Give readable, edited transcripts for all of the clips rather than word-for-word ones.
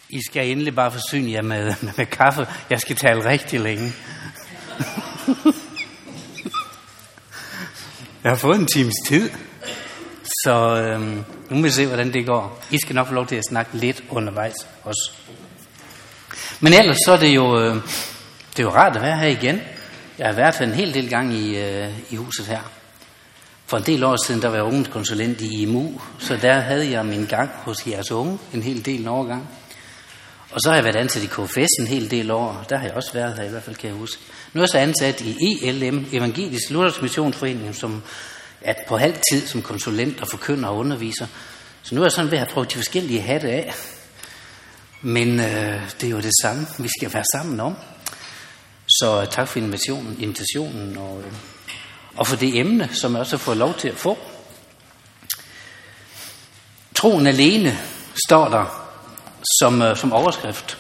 I skal endelig bare forsyne jer med kaffe. Jeg skal tale rigtig længe. Jeg har fået en times tid, så nu må vi se, hvordan det går. I skal nok få lov til at snakke lidt undervejs også. Men ellers så er det jo rart at være her igen. Jeg har været en hel del gang i huset her. For en del år siden, der var jeg ungdomskonsulent i IMU, så der havde jeg min gang hos jeres unge en hel del overgang. Og så har jeg været ansat i KFS en hel del år. Der har jeg også været her, i hvert fald kan jeg huske. Nu er jeg så ansat i ELM, Evangelisk Luthersk Missionsforening, som er på halv tid som konsulent og forkynder og underviser. Så nu er jeg sådan ved at have prøvet de forskellige hatte af. Men det er jo det samme, vi skal være sammen om. Så tak for invitationen og for det emne, som jeg også har fået lov til at få. Troen alene står der som overskrift.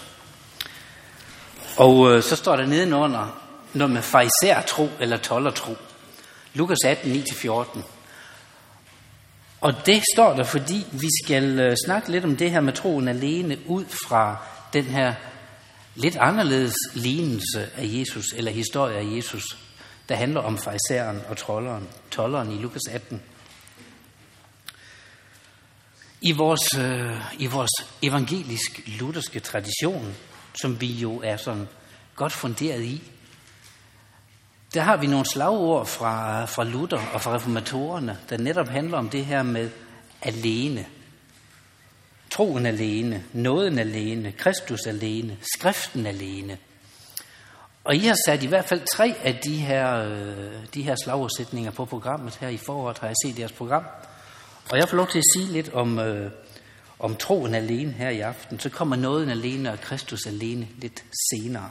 Og så står der nedenunder noget med farisæertro eller toldertro. Lukas 18, 9-14. Og det står der, fordi vi skal snakke lidt om det her med troen alene ud fra den her lidt anderledes lignelse af Jesus, eller historie af Jesus, der handler om farisæeren og tolderen i Lukas 18. I vores evangelisk-lutherske tradition, som vi jo er sådan godt funderet i, der har vi nogle slagord fra Luther og fra reformatorerne, der netop handler om det her med alene. Troen alene, nåden alene, Kristus alene, skriften alene. Og I har sat i hvert fald 3 af de her slagodsætninger på programmet her i foråret, har jeg set jeres program. Og jeg får lov til at sige lidt om troen alene her i aften. Så kommer nåden alene og Kristus alene lidt senere.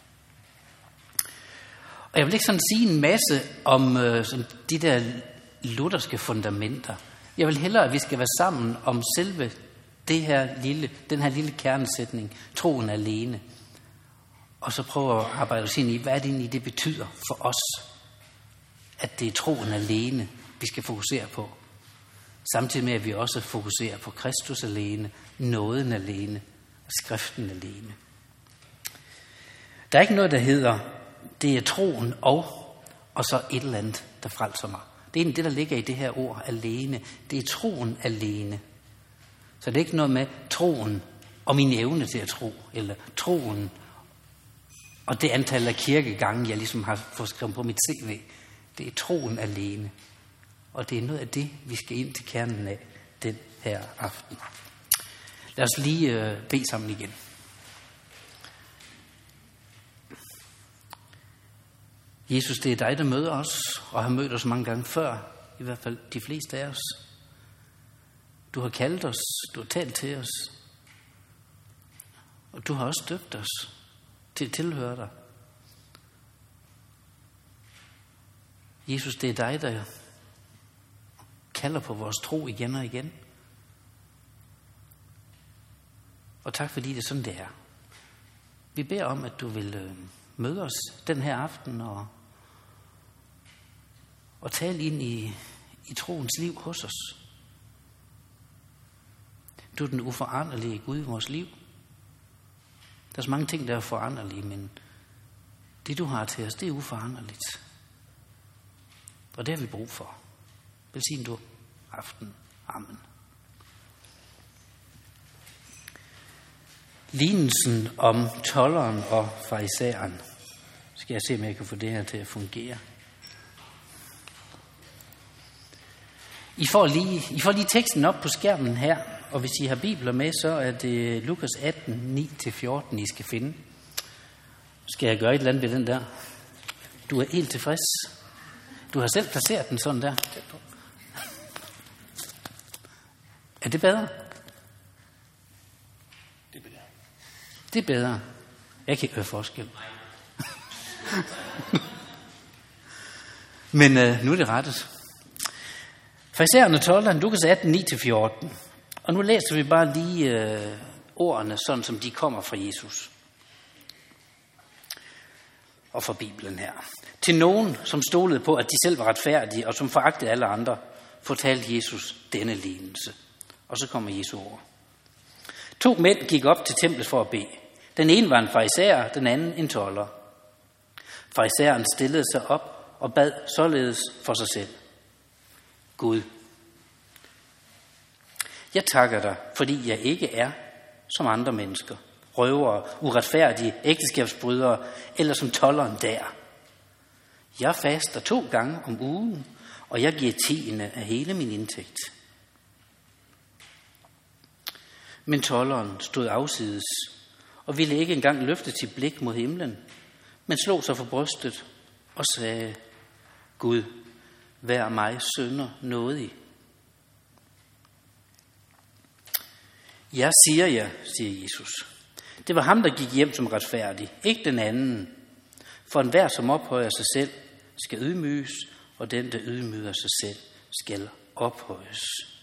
Og jeg vil ikke sådan sige en masse om de der lutherske fundamenter. Jeg vil hellere, at vi skal være sammen om selve den her lille kernesætning, troen alene. Og så prøve at arbejde os ind i, hvad det egentlig det betyder for os, at det er troen alene, vi skal fokusere på. Samtidig med, at vi også fokuserer på Kristus alene, nåden alene og skriften alene. Der er ikke noget, der hedder, det er troen og så et eller andet, der frelser mig. Det er egentlig det, der ligger i det her ord alene. Det er troen alene. Så det er ikke noget med troen og min evne til at tro, eller troen og det antal af kirkegange, jeg ligesom har fået skrevet på mit CV. Det er troen alene. Og det er noget af det, vi skal ind til kernen af den her aften. Lad os lige bede sammen igen. Jesus, det er dig, der møder os, og har mødt os mange gange før, i hvert fald de fleste af os. Du har kaldt os, du har talt til os, og du har også døbt os til at tilhøre dig. Jesus, det er dig, der kalder på vores tro igen og igen. Og tak fordi det er sådan, det er. Vi beder om, at du vil møde os den her aften og tale ind i troens liv hos os. Du er den uforanderlige Gud i vores liv. Der er så mange ting, der er foranderlige, men det, du har til os, det er uforanderligt. Og det har vi brug for. Velsign du aften. Amen. Lignelsen om tolderen og farisæeren. Skal jeg se, om jeg kan få det her til at fungere. I får lige teksten op på skærmen her, og hvis I har bibler med, så er det Lukas 18, 9-14, I skal finde. Skal jeg gøre et eller andet ved den der? Du er helt tilfreds. Du har selv placeret den sådan der. Er det bedre? Det er bedre. Jeg kan ikke høre forskel. Men nu er det rettet. Farisæeren og tolderen, Lukas 18, 9-14. Og nu læser vi bare lige ordene, sådan som de kommer fra Jesus. Og fra Bibelen her. Til nogen, som stolede på, at de selv var retfærdige, og som foragtede alle andre, fortalte Jesus denne lignelse. Og så kommer Jesu ord. 2 mænd gik op til templet for at bede. Den ene var en farisæer, den anden en tolder. Farisæeren stillede sig op og bad således for sig selv. Gud, jeg takker dig, fordi jeg ikke er som andre mennesker, røvere, uretfærdige, ægteskabsbrydere eller som tolderen der. Jeg faster 2 gange om ugen, og jeg giver 10% af hele min indtægt. Men tolderen stod afsides og ville ikke engang løfte sit blik mod himlen, men slog sig for brystet og sagde, Gud, vær mig synder nådig. Jeg siger jer, siger Jesus. Det var ham, der gik hjem som retfærdig, ikke den anden. For enhver, som ophøjer sig selv, skal ydmyges, og den, der ydmyger sig selv, skal ophøjes.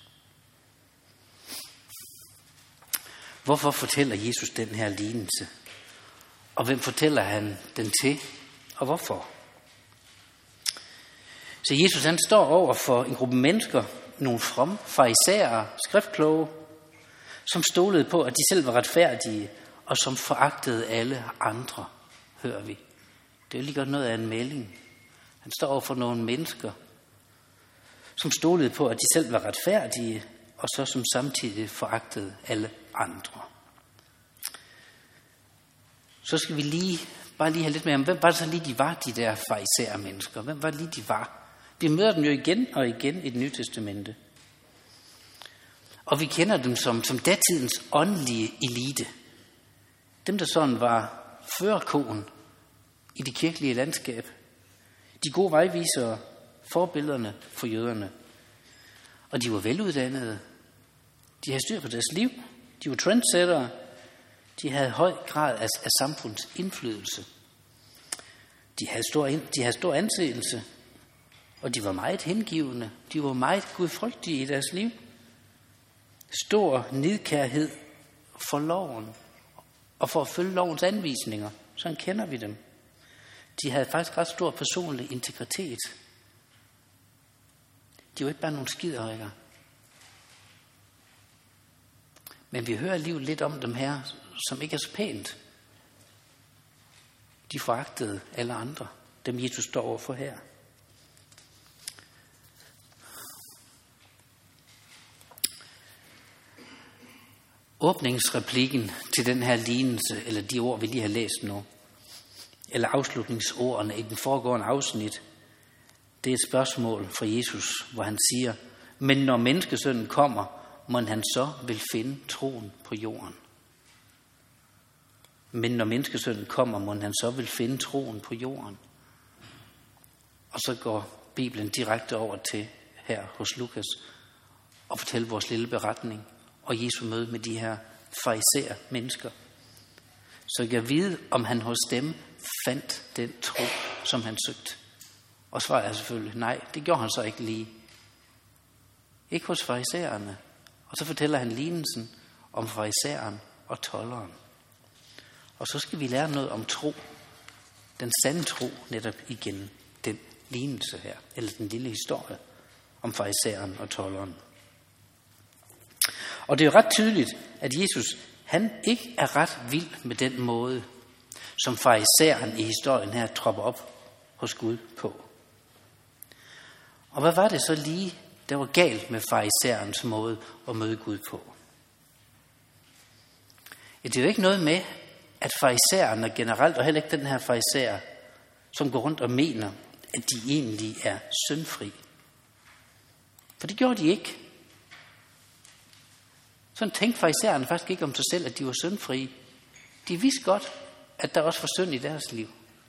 Hvorfor fortæller Jesus den her lignelse? Og hvem fortæller han den til? Og hvorfor? Så Jesus han står over for en gruppe mennesker, nogle fromme farisæere, skriftkloge, som stolede på, at de selv var retfærdige, og som foragtede alle andre, hører vi. Det er jo lige godt noget af en melding. Han står over for nogle mennesker, som stolede på, at de selv var retfærdige, og så som samtidig foragtede alle andre. Så skal vi bare lige have lidt mere om, hvem var det så lige de var, de der farisæere mennesker? Hvem var det lige de var? Vi møder dem jo igen og igen i Det Nye Testamente. Og vi kender dem som datidens åndelige elite. Dem, der sådan var førerkoen i det kirkelige landskab. De gode vejvisere, forbillederne for jøderne. Og de var veluddannede. De havde styr på deres liv. De var trendsettere. De havde høj grad af samfundsindflydelse. De havde stor anseelse. Og de var meget hengivende. De var meget gudfrygtige i deres liv. Stor nidkærhed for loven og for at følge lovens anvisninger. Sådan kender vi dem. De havde faktisk ret stor personlig integritet. De var ikke bare nogle skiderikker. Men vi hører alligevel lidt om dem her, som ikke er så pænt. De foragtede alle andre, dem Jesus står overfor her. Åbningsreplikken til den her lignelse, eller de ord, vi lige har læst nu, eller afslutningsordene i den foregående afsnit, det er et spørgsmål fra Jesus, hvor han siger, men når menneskesønnen kommer, må han så vil finde troen på jorden. Men når menneskesønnen kommer, må han så vil finde troen på jorden. Og så går Bibelen direkte over til her hos Lukas og fortæller vores lille beretning og Jesu møde med de her farisæer mennesker. Så jeg vide, om han hos dem fandt den tro, som han søgte. Og svaret er selvfølgelig nej, det gjorde han så ikke lige. Ikke hos farisæerne. Og så fortæller han lignelsen om farisæeren og tolderen. Og så skal vi lære noget om tro. Den sande tro netop igen. Den lignelse her, eller den lille historie om farisæeren og tolderen. Og det er jo ret tydeligt, at Jesus, han ikke er ret vild med den måde, som farisæeren i historien her tropper op hos Gud på. Og hvad var det så lige, der var galt med farisæerens måde at møde Gud på? Ja, det er jo ikke noget med, at farisæerne generelt, og heller ikke den her farisæer, som går rundt og mener, at de egentlig er syndfri. For det gjorde de ikke. Sådan tænkte farisæerne faktisk ikke om sig selv, at de var syndfrie. De vidste godt, at der også var synd i deres liv.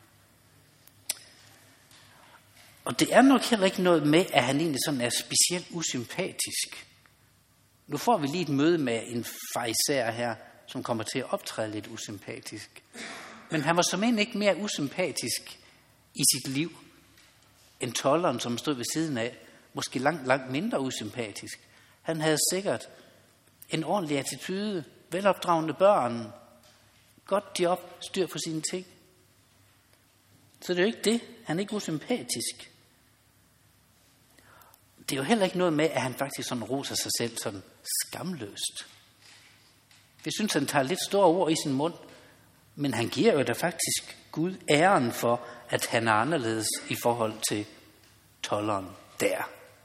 Og det er nok heller ikke noget med, at han egentlig sådan er specielt usympatisk. Nu får vi lige et møde med en farisæer her, som kommer til at optræde lidt usympatisk. Men han var som ikke mere usympatisk i sit liv, end tolderen, som stod ved siden af. Måske langt mindre usympatisk. Han havde sikkert en ordentlig attitude, velopdragende børn, godt job, styr på sine ting. Så det er jo ikke det. Han er ikke usympatisk. Det er jo heller ikke noget med, at han faktisk sådan roser sig selv sådan skamløst. Vi synes, han tager lidt store ord i sin mund, men han giver jo da faktisk Gud æren for, at han er anderledes i forhold til tolderen der.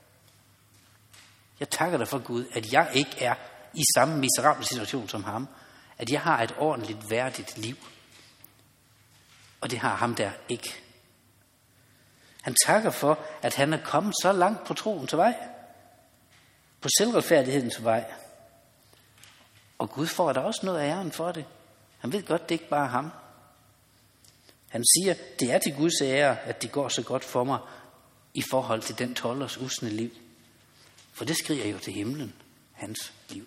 Jeg takker dig for Gud, at jeg ikke er i samme miserable situation som ham. At jeg har et ordentligt, værdigt liv. Og det har ham der ikke. Han takker for, at han er kommet så langt på troens vej. På selvretfærdighedens vej. Og Gud får da også noget af æren for det. Han ved godt, det er ikke bare ham. Han siger, det er til Guds ære, at det går så godt for mig i forhold til den tolders usne liv. For det skriger jo til himlen, hans liv.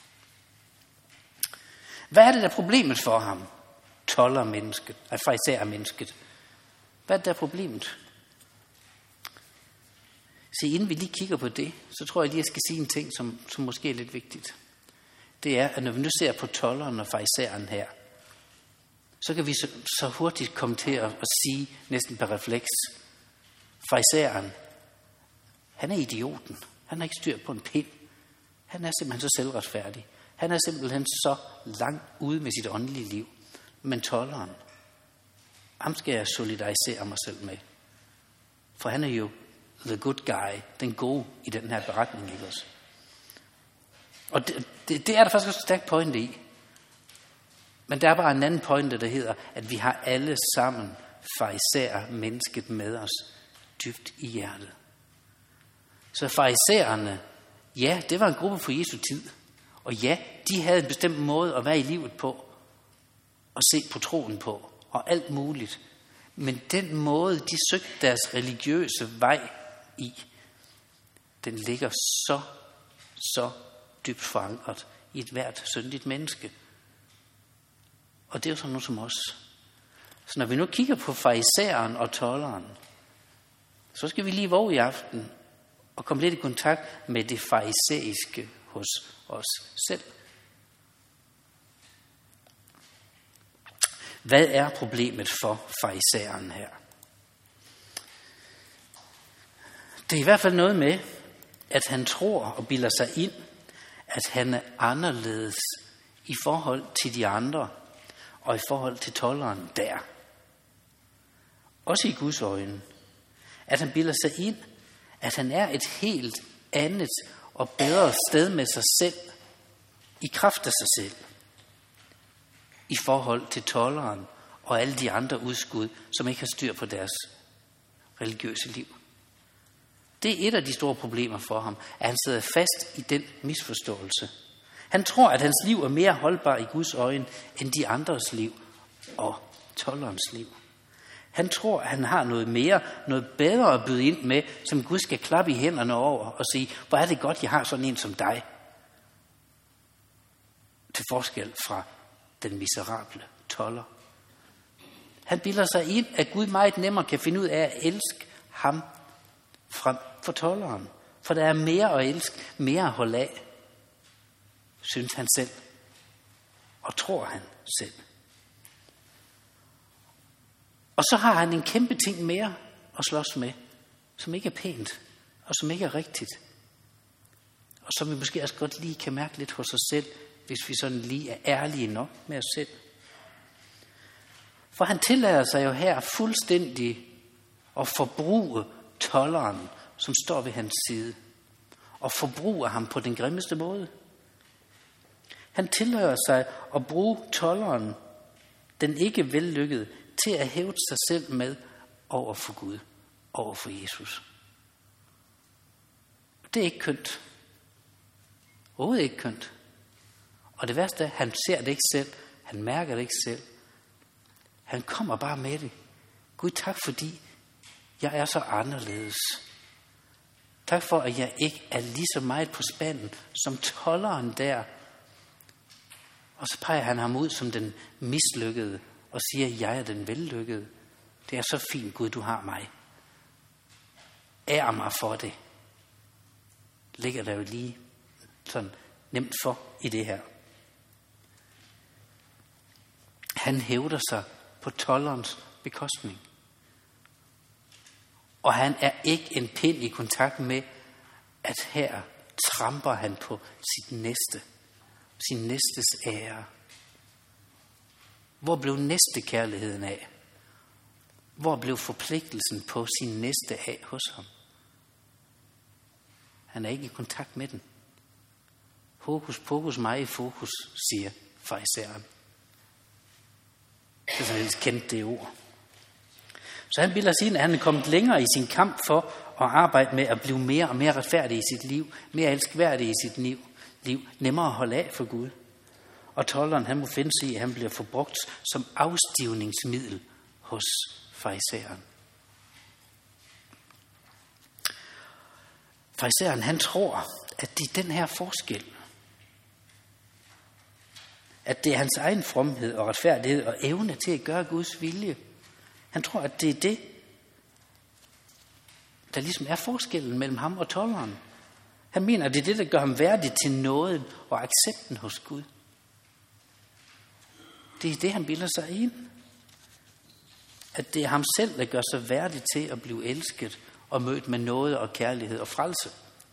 Hvad er det, der er problemet for ham? Toldermennesket, farisæermennesket. Hvad er det, der er problemet? Se, inden vi lige kigger på det, så tror jeg lige, jeg skal sige en ting, som måske er lidt vigtigt. Det er, at når vi nu ser på tolderen og farisæeren her, så kan vi så hurtigt komme til at sige, næsten per refleks, farisæeren, han er idioten. Han har ikke styr på en pind. Han er simpelthen så selvretfærdig. Han er simpelthen så langt ude med sit åndelige liv. Men tolderen, ham skal jeg solidarisere mig selv med. For han er jo the good guy, den gode i den her beretning, ikke også? Og det er der faktisk også et stærkt pointe i. Men der er bare en anden pointe, der hedder, at vi har alle sammen farisæer mennesket med os dybt i hjertet. Så farisæerne, ja, det var en gruppe på Jesu tid. Og ja, de havde en bestemt måde at være i livet på, og se på troen på, og alt muligt. Men den måde, de søgte deres religiøse vej i, den ligger så dybt forankret i et hvert syndigt menneske. Og det er jo sådan noget som os. Så når vi nu kigger på farisæeren og tolderen, så skal vi lige våge i aften og komme lidt i kontakt med det farisæiske hos os selv. Hvad er problemet for farisæeren her? Det er i hvert fald noget med, at han tror og bilder sig ind, at han er anderledes i forhold til de andre, og i forhold til tolderen der. Også i Guds øjne. At han bilder sig ind, at han er et helt andet og bedre sted med sig selv, i kraft af sig selv, i forhold til tolderen og alle de andre udskud, som ikke har styr på deres religiøse liv. Det er et af de store problemer for ham, at han sidder fast i den misforståelse. Han tror, at hans liv er mere holdbar i Guds øjne, end de andres liv og tolderens liv. Han tror, at han har noget mere, noget bedre at byde ind med, som Gud skal klappe i hænderne over og sige, hvor er det godt, jeg har sådan en som dig. Til forskel fra den miserable tolder. Han bilder sig ind, at Gud meget nemmere kan finde ud af at elske ham frem for tolderen. For der er mere at elske, mere at holde af, synes han selv, og tror han selv. Og så har han en kæmpe ting mere at slås med, som ikke er pænt, og som ikke er rigtigt. Og som vi måske også godt lige kan mærke lidt hos os selv, hvis vi sådan lige er ærlige nok med os selv. For han tillader sig jo her fuldstændig at forbruge tolderen, som står ved hans side, og forbruger ham på den grimmeste måde. Han tillader sig at bruge tolderen, den ikke vellykkede, til at hæve sig selv med over for Gud, over for Jesus. Det er ikke kønt. Overhovedet ikke kønt. Og det værste er, at han ser det ikke selv. Han mærker det ikke selv. Han kommer bare med det. Gud, tak fordi jeg er så anderledes. Tak for, at jeg ikke er lige så meget på spanden som tolderen der. Og så peger han ham ud som den mislykkede og siger, at jeg er den vellykkede. Det er så fint, Gud, du har mig. Ær mig for det. Ligger der jo lige sådan nemt for i det her. Han hævder sig på tolderens bekostning. Og han er ikke en pind i kontakt med, at her tramper han på sit næste. sin næstes ære? Hvor blev næstekærligheden af? Hvor blev forpligtelsen på sin næste af hos ham? Han er ikke i kontakt med den. Hokus pokus, mig i fokus, siger farisæeren. Det er sådan helt kendt det ord. Så han bilder sig ind, at han er kommet længere i sin kamp for at arbejde med at blive mere og mere retfærdig i sit liv, mere elskværdig i sit liv, nemmere at holde af for Gud. Og tolderen, han må finde sig i, at han bliver forbrugt som afstivningsmiddel hos farisæeren. Farisæeren, han tror, at det er den her forskel. At det er hans egen fromhed og retfærdighed og evne til at gøre Guds vilje. Han tror, at det er det, der ligesom er forskellen mellem ham og tolderen. Han mener, at det er det, der gør ham værdig til nåden og accepten hos Gud. Det er det, han bilder sig ind. At det er ham selv, der gør sig værdig til at blive elsket og mødt med nåde og kærlighed og frelse.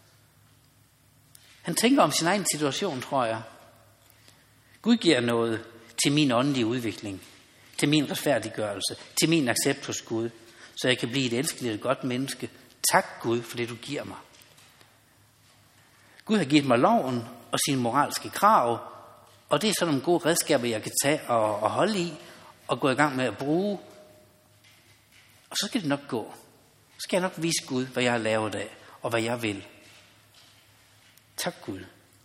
Han tænker om sin egen situation, tror jeg. Gud giver noget til min åndelige udvikling, til min retfærdiggørelse, til min accept hos Gud, så jeg kan blive et elskeligt og godt menneske. Tak Gud for det, du giver mig. Gud har givet mig loven og sine moralske krav, og det er sådan nogle gode redskaber, jeg kan tage og holde i, og gå i gang med at bruge. Og så skal det nok gå. Så skal jeg nok vise Gud, hvad jeg har lavet af, og hvad jeg vil. Tak Gud.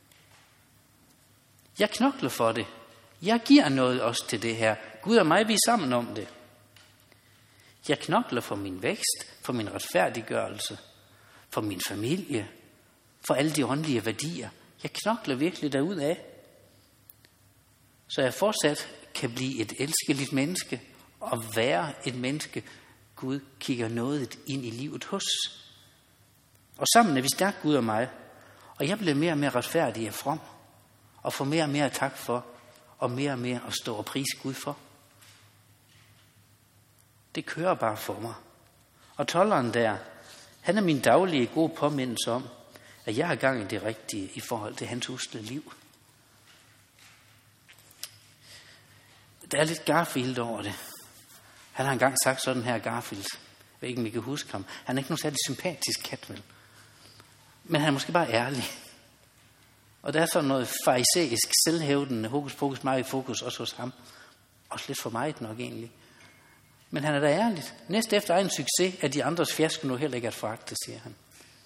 Jeg knokler for det. Jeg giver noget også til det her. Gud og mig, vi er sammen om det. Jeg knokler for min vækst, for min retfærdiggørelse, for min familie, for alle de åndelige værdier. Jeg knokler virkelig derudad. Så jeg fortsat kan blive et elskeligt menneske og være et menneske, Gud kigger noget ind i livet hos. Og sammen er vi stærkt, Gud og mig. Og jeg bliver mere og mere retfærdig og from. Og får mere og mere tak for. Og mere at stå og prise Gud for. Det kører bare for mig. Og tolderen der, han er min daglige gode påmindelse om, at jeg har gang i det rigtige i forhold til hans usle liv. Der er lidt Garfield over det. Han har engang sagt sådan her, Garfield. Jeg ved ikke, om I kan huske ham. Han er ikke nogen særlig sympatisk kat, vel? Men han er måske bare ærlig. Og der er sådan noget farisæisk, selvhævdende, hokus pokus, mig i fokus, også hos ham. Også lidt for meget nok egentlig. Men han er da ærligt. Næst efter egen succes er de andres fiasko nu heller ikke at foragte, siger han.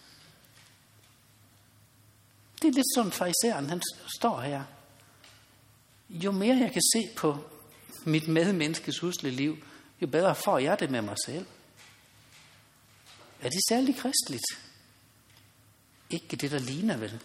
Det er lidt sådan farisæeren, han står her. Jo mere jeg kan se på mit medmenneskes usle liv, jo bedre får jeg det med mig selv. Er det særligt kristeligt? Ikke det, der ligner vel.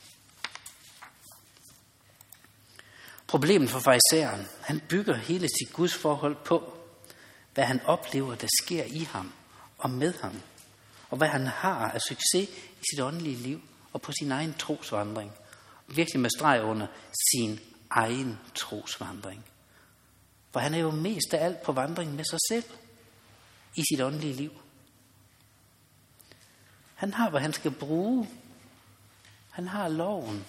Problemet for farisæeren, han bygger hele sit Guds forhold på, hvad han oplever, der sker i ham og med ham, og hvad han har af succes i sit åndelige liv og på sin egen trosvandring. Virkelig med streg under sin egen trosvandring. For han er jo mest af alt på vandring med sig selv i sit åndelige liv. Han har, hvad han skal bruge. Han har loven.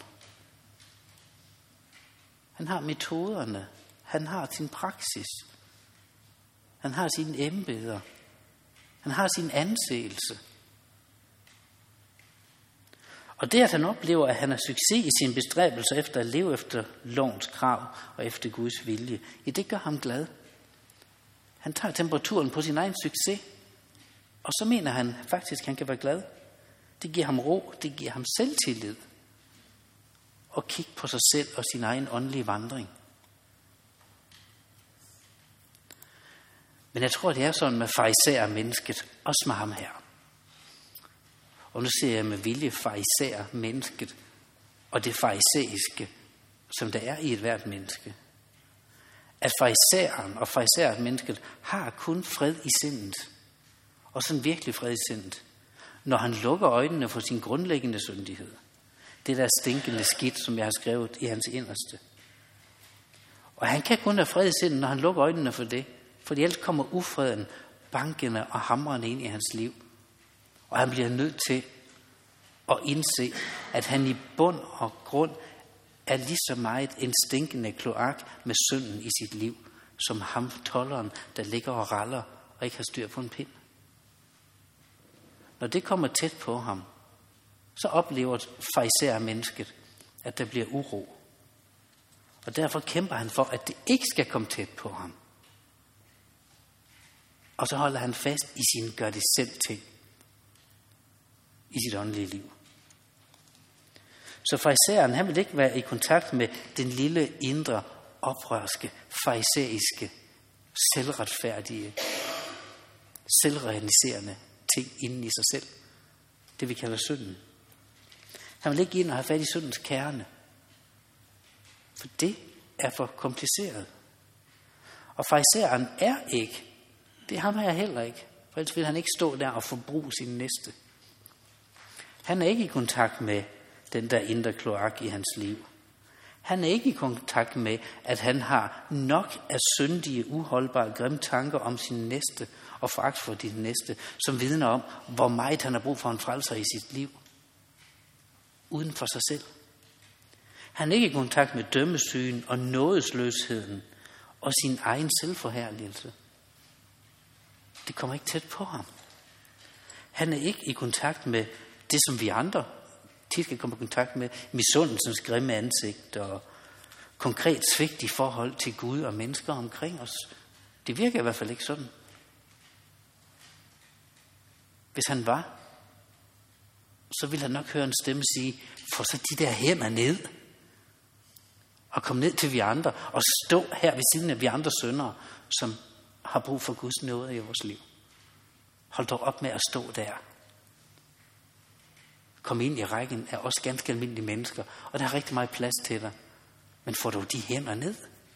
Han har metoderne. Han har sin praksis. Han har sine embeder. Han har sin anseelse. Og det, at han oplever, at han har succes i sine bestræbelser efter at leve efter lovens krav og efter Guds vilje, ja, det gør ham glad. Han tager temperaturen på sin egen succes, og så mener han faktisk, at han kan være glad. Det giver ham ro, det giver ham selvtillid. Og kigge på sig selv og sin egen åndelige vandring. Men jeg tror, det er sådan med farisæer mennesket, også med ham her. Og nu ser jeg med vilje farisæer mennesket, og det farisæiske, som der er i et hvert menneske. At farisæeren og farisæert mennesket har kun fred i sindet. Og sådan virkelig fred i sindet. Når han lukker øjnene for sin grundlæggende syndighed. Det der stinkende skidt, som jeg har skrevet i hans inderste. Og han kan kun have fred i sindet, når han lukker øjnene for det. Fordi ellers kommer ufreden, bankende og hamrende ind i hans liv. Og han bliver nødt til at indse, at han i bund og grund er lige så meget en stinkende kloak med synden i sit liv, som ham tolderen, der ligger og raller og ikke har styr på en pind. Når det kommer tæt på ham, så oplever farisæer mennesket, at der bliver uro. Og derfor kæmper han for, at det ikke skal komme tæt på ham. Og så holder han fast i sin gør det selv ting i sit åndelige liv. Så farisæeren, han vil ikke være i kontakt med den lille, indre, oprørske, farisæiske, selvretfærdige, selvrealiserende ting inden i sig selv. Det vi kalder synden. Han vil ikke ind og have fat i syndens kerne. For det er for kompliceret. Og farisæeren er ikke. Det er ham her heller ikke. For ellers vil han ikke stå der og forbruge sin næste. Han er ikke i kontakt med den der indre kloak i hans liv. Han er ikke i kontakt med, at han har nok af syndige, uholdbare, grimme tanker om sin næste og foragt for din næste, som vidner om, hvor meget han har brug for en frelser i sit liv. Uden for sig selv. Han er ikke i kontakt med dømmesygen og nådesløsheden og sin egen selvforherligelse. Det kommer ikke tæt på ham. Han er ikke i kontakt med det, som vi andre tit kan komme i kontakt med, misundelsens grimme ansigt og konkret svigt i forhold til Gud og mennesker omkring os. Det virker i hvert fald ikke sådan. Hvis han var, så ville han nok høre en stemme sige, få så de der hænder ned, og komme ned til vi andre, og stå her ved siden af vi andre syndere, som har brug for Guds nåde i vores liv. Hold dog op med at stå der. Kom ind i rækken af os ganske almindelige mennesker, og der er rigtig meget plads til dig. Men får du de hænder ned?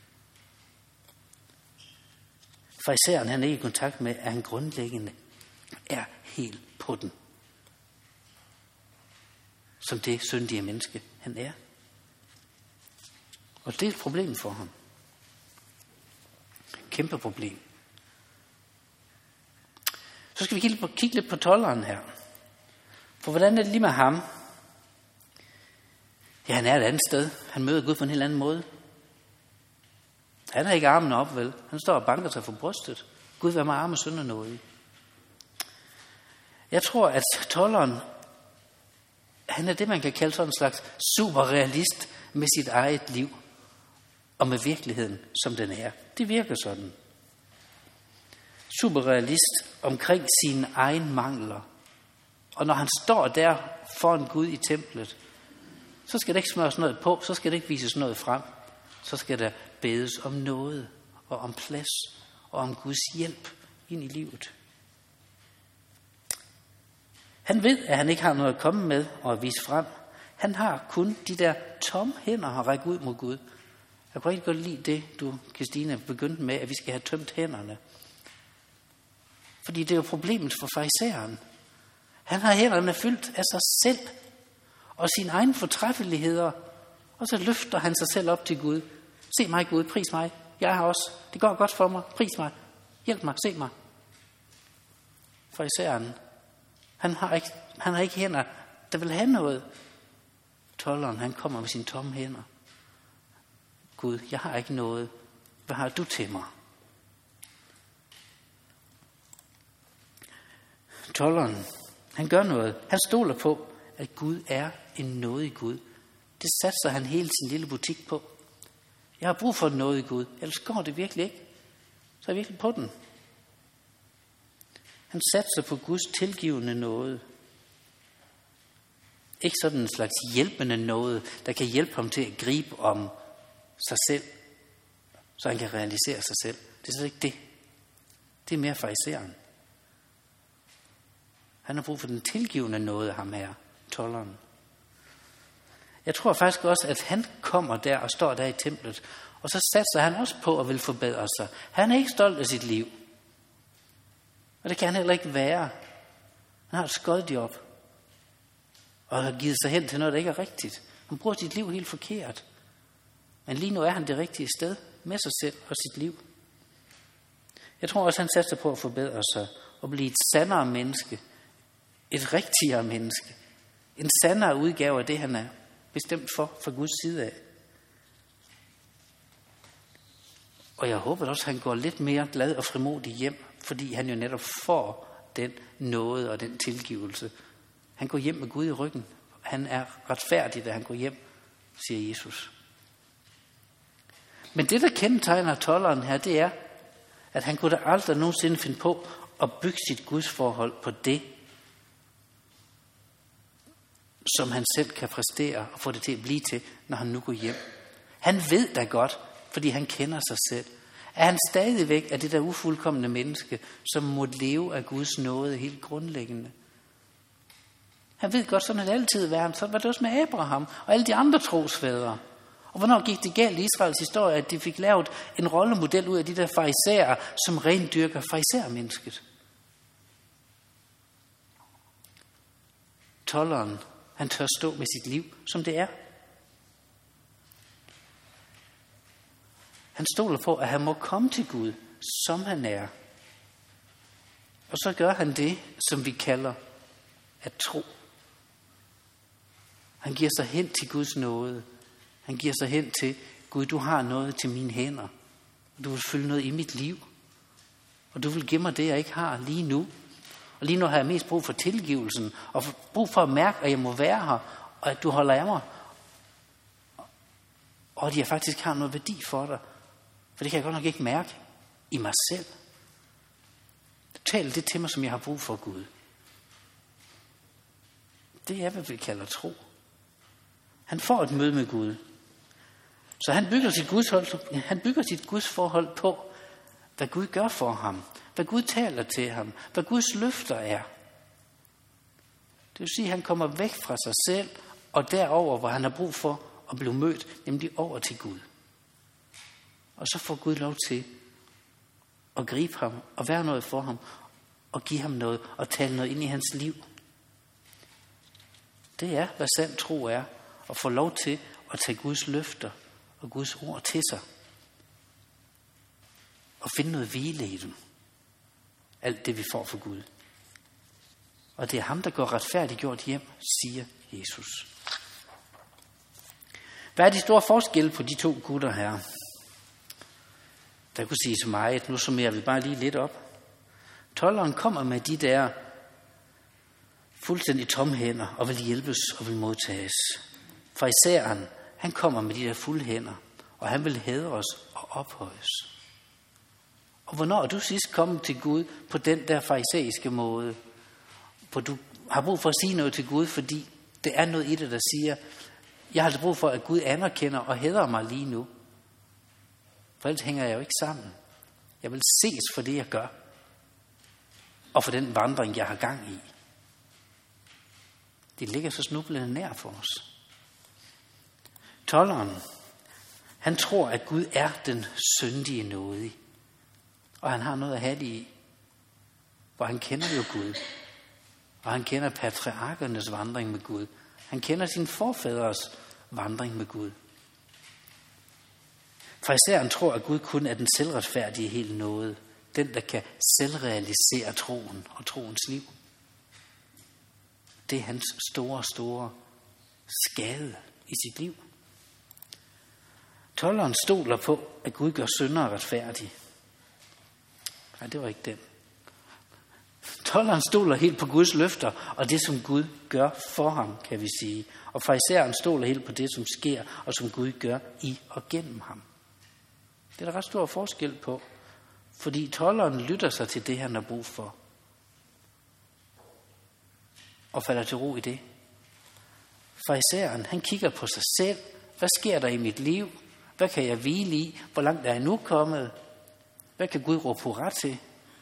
Farisæeren, han er ikke i kontakt med, at han grundlæggende er helt på den. Som det syndige menneske, han er. Og det er et problem for ham. Kæmpe problem. Så skal vi kigge lidt på tolderen her. For hvordan er det lige med ham? Ja, han er et andet sted. Han møder Gud på en helt anden måde. Han har ikke armene op, vel? Han står og banker sig for brystet. Gud, hvad med arme synder noget? Jeg tror, at tolderen, han er det, man kan kalde sådan en slags superrealist med sit eget liv. Og med virkeligheden, som den er. Det virker sådan. Superrealist omkring sine egne mangler. Og når han står der foran Gud i templet, så skal der ikke smøres noget på, så skal det ikke vises noget frem. Så skal der bedes om noget, og om plads, og om Guds hjælp ind i livet. Han ved, at han ikke har noget at komme med og at vise frem. Han har kun de der tomme hænder at række ud mod Gud. Jeg kunne rigtig godt lide det, du, Christine, begyndte med, at vi skal have tømt hænderne. Fordi det er jo problemet for farisæeren. Han har hænderne fyldt af sig selv og sine egne fortræffeligheder. Og så løfter han sig selv op til Gud. Se mig, Gud, pris mig. Jeg har også. Det går godt for mig. Pris mig. Hjælp mig. Se mig. Farisæeren. Han har ikke hænder, der vil have noget. Tolderen, han kommer med sine tomme hænder. Gud, jeg har ikke noget. Hvad har du til mig? Tolderen, han gør noget. Han stoler på, at Gud er en nådig Gud. Det satser han hele sin lille butik på. Jeg har brug for noget i Gud, ellers går det virkelig ikke. Så er jeg virkelig på den. Han satser på Guds tilgivende nåde. Ikke sådan en slags hjælpende nåde, der kan hjælpe ham til at gribe om sig selv, så han kan realisere sig selv. Det er slet ikke det. Det er mere farisæeren. Han har brug for den tilgivende nåde, ham her, tolderen. Jeg tror faktisk også, at han kommer der og står der i templet, og så satser han også på at vil forbedre sig. Han er ikke stolt af sit liv. Og det kan han heller ikke være. Han har et skodjob, og har givet sig hen til noget, der ikke er rigtigt. Han bruger sit liv helt forkert. Men lige nu er han det rigtige sted med sig selv og sit liv. Jeg tror også, han satser på at forbedre sig og blive et sandere menneske. Et rigtigere menneske. En sandere udgave af det, han er bestemt for Guds side af. Og jeg håber også, at han går lidt mere glad og frimodig hjem, fordi han jo netop får den nåde og den tilgivelse. Han går hjem med Gud i ryggen. Han er retfærdig, da han går hjem, siger Jesus. Men det, der kendetegner tolderen her, det er, at han kunne da aldrig nogensinde finde på at bygge sit gudsforhold på det, som han selv kan præstere og få det til at blive til, når han nu går hjem. Han ved da godt, fordi han kender sig selv, at han stadigvæk er det der ufuldkomne menneske, som må leve af Guds nåde helt grundlæggende. Han ved godt, sådan har det altid været. Så var det også med Abraham og alle de andre trosfædre. Og hvornår gik det galt i Israels historie, at de fik lavet en rollemodel ud af de der farisæer, som rendyrker farisæermennesket? Tolderen, han tør stå med sit liv, som det er. Han stoler på, at han må komme til Gud, som han er. Og så gør han det, som vi kalder at tro. Han giver sig hen til Guds nåde. Han giver sig hen til, Gud, du har noget til mine hænder. Du vil fylde noget i mit liv. Og du vil give mig det, jeg ikke har lige nu. Og lige nu har jeg mest brug for tilgivelsen. Og brug for at mærke, at jeg må være her. Og at du holder af mig. Og at jeg faktisk har noget værdi for dig. For det kan jeg godt nok ikke mærke i mig selv. Tal det til mig, som jeg har brug for, Gud. Det er, hvad vi kalder tro. Han får et møde med Gud. Så han bygger sit gudsforhold på, hvad Gud gør for ham. Hvad Gud taler til ham. Hvad Guds løfter er. Det vil sige, at han kommer væk fra sig selv, og derover, hvor han har brug for at blive mødt, nemlig over til Gud. Og så får Gud lov til at gribe ham, og være noget for ham, og give ham noget, og tale noget ind i hans liv. Det er, hvad sand tro er, at få lov til at tage Guds løfter og Guds ord til sig. Og finde noget hvile i dem. Alt det, vi får fra Gud. Og det er ham, der går retfærdiggjort hjem, siger Jesus. Hvad er de store forskelle på de to gutter her? Der kunne sige så meget, nu summerer vi bare lige lidt op. Tolderen kommer med de der fuldstændig tomme hænder og vil hjælpes og vil modtages. Farisæeren, han kommer med de der fulde hænder, og han vil hædres og ophøjes. Og hvornår er du sidst kommet til Gud på den der farisæiske måde, hvor du har brug for at sige noget til Gud, fordi det er noget i det, der siger, jeg har altså brug for, at Gud anerkender og hædrer mig lige nu. For ellers hænger jeg jo ikke sammen. Jeg vil ses for det, jeg gør. Og for den vandring, jeg har gang i. Det ligger så snublende nær for os. Tolderen, han tror, at Gud er den syndige nådige. Og han har noget at have det i. Hvor han kender jo Gud. Og han kender patriarkernes vandring med Gud. Han kender sine forfædres vandring med Gud. Farisæeren tror, at Gud kun er den selvretfærdige helt nåde. Den, der kan selvrealisere troen og troens liv. Det er hans store skade i sit liv. Tolderen stoler på, at Gud gør syndere retfærdige. Nej, det var ikke den. Tolderen stoler helt på Guds løfter, og det, som Gud gør for ham, kan vi sige. Og farisæeren stoler helt på det, som sker, og som Gud gør i og gennem ham. Det er der ret stor forskel på, fordi tolderen lytter sig til det, han har brug for, og falder til ro i det. Farisæeren, han kigger på sig selv. Hvad sker der i mit liv? Hvad kan jeg hvile i? Hvor langt er jeg nu kommet? Hvad kan Gud råbe hurra til?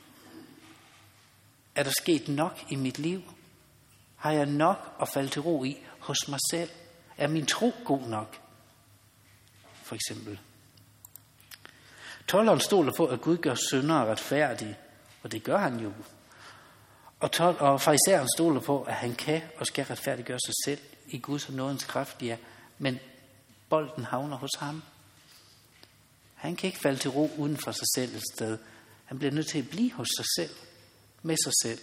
Er der sket nok i mit liv? Har jeg nok at falde til ro i hos mig selv? Er min tro god nok? For eksempel. Tolderen stoler på, at Gud gør syndere retfærdige, og det gør han jo. Og farisæeren stoler på, at han kan og skal retfærdiggøre sig selv i Guds og nådens kraft, ja. Men bolden havner hos ham. Han kan ikke falde til ro uden for sig selv et sted. Han bliver nødt til at blive hos sig selv, med sig selv,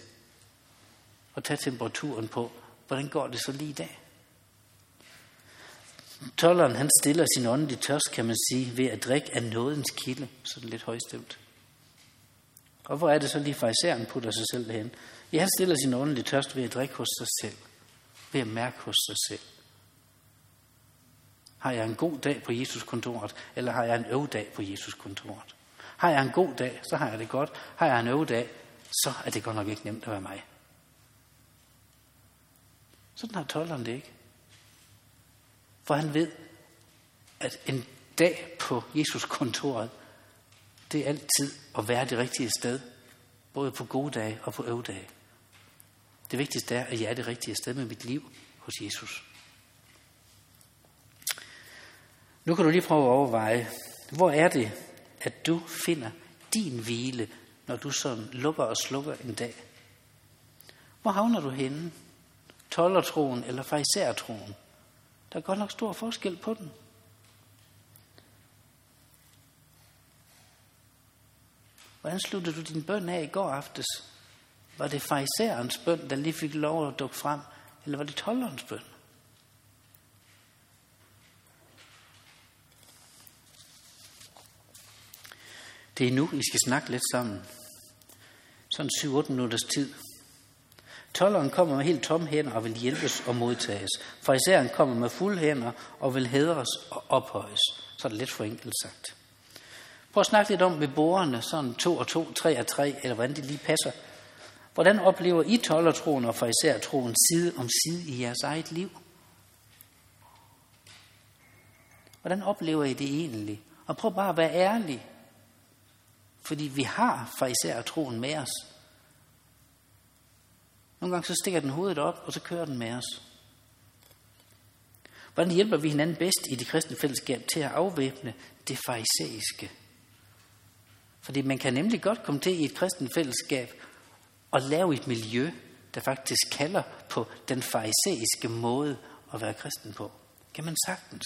og tage temperaturen på, hvordan går det så lige i dag. Tolderen, han stiller sin åndelige tørst, kan man sige, ved at drikke af nådens kilde, sådan lidt højstemt. Og hvor er det så lige farisæeren putter sig selv derhen? Ja, han stiller sin åndelige tørst ved at drikke hos sig selv, ved at mærke hos sig selv. Har jeg en god dag på Jesus-kontoret, eller har jeg en øvdag på Jesus-kontoret? Har jeg en god dag, så har jeg det godt. Har jeg en øvdag, så er det godt nok ikke nemt at være mig. Sådan har tolderen det ikke. For han ved, at en dag på Jesus-kontoret, det er altid at være det rigtige sted. Både på gode dage og på øvdage. Det vigtigste er, at jeg er det rigtige sted med mit liv hos Jesus. Nu kan du lige prøve at overveje, hvor er det, at du finder din hvile, når du sådan lukker og slukker en dag? Hvor havner du henne? Toldertroen eller farisæertroen? Der er godt nok stor forskel på den. Hvordan sluttede du din bøn af i går aftes? Var det farisæerens bøn, der lige fik lov at dukke frem, eller var det tolderens bøn? Det er nu, I skal snakke lidt sammen. Sådan 7-8 minutters tid. Tolderen kommer med helt tomme hænder og vil hjælpes og modtages. Farisæeren kommer med fulde hænder og vil hædres og ophøjes. Så er det lidt for enkelt sagt. Prøv at snakke lidt om ved bordene, sådan 2 og 2, 3 og 3, eller hvordan det lige passer. Hvordan oplever I toldertroen og farisæertroen side om side i jeres eget liv? Hvordan oplever I det egentlig? Og prøv bare at være ærlig. Fordi vi har farisæertroen med os. Nogle gange så stikker den hovedet op, og så kører den med os. Hvordan hjælper vi hinanden bedst i det kristne fællesskab til at afvæbne det farisæiske? Fordi man kan nemlig godt komme til i et kristne fællesskab og lave et miljø, der faktisk kalder på den farisæiske måde at være kristen på. Kan man sagtens.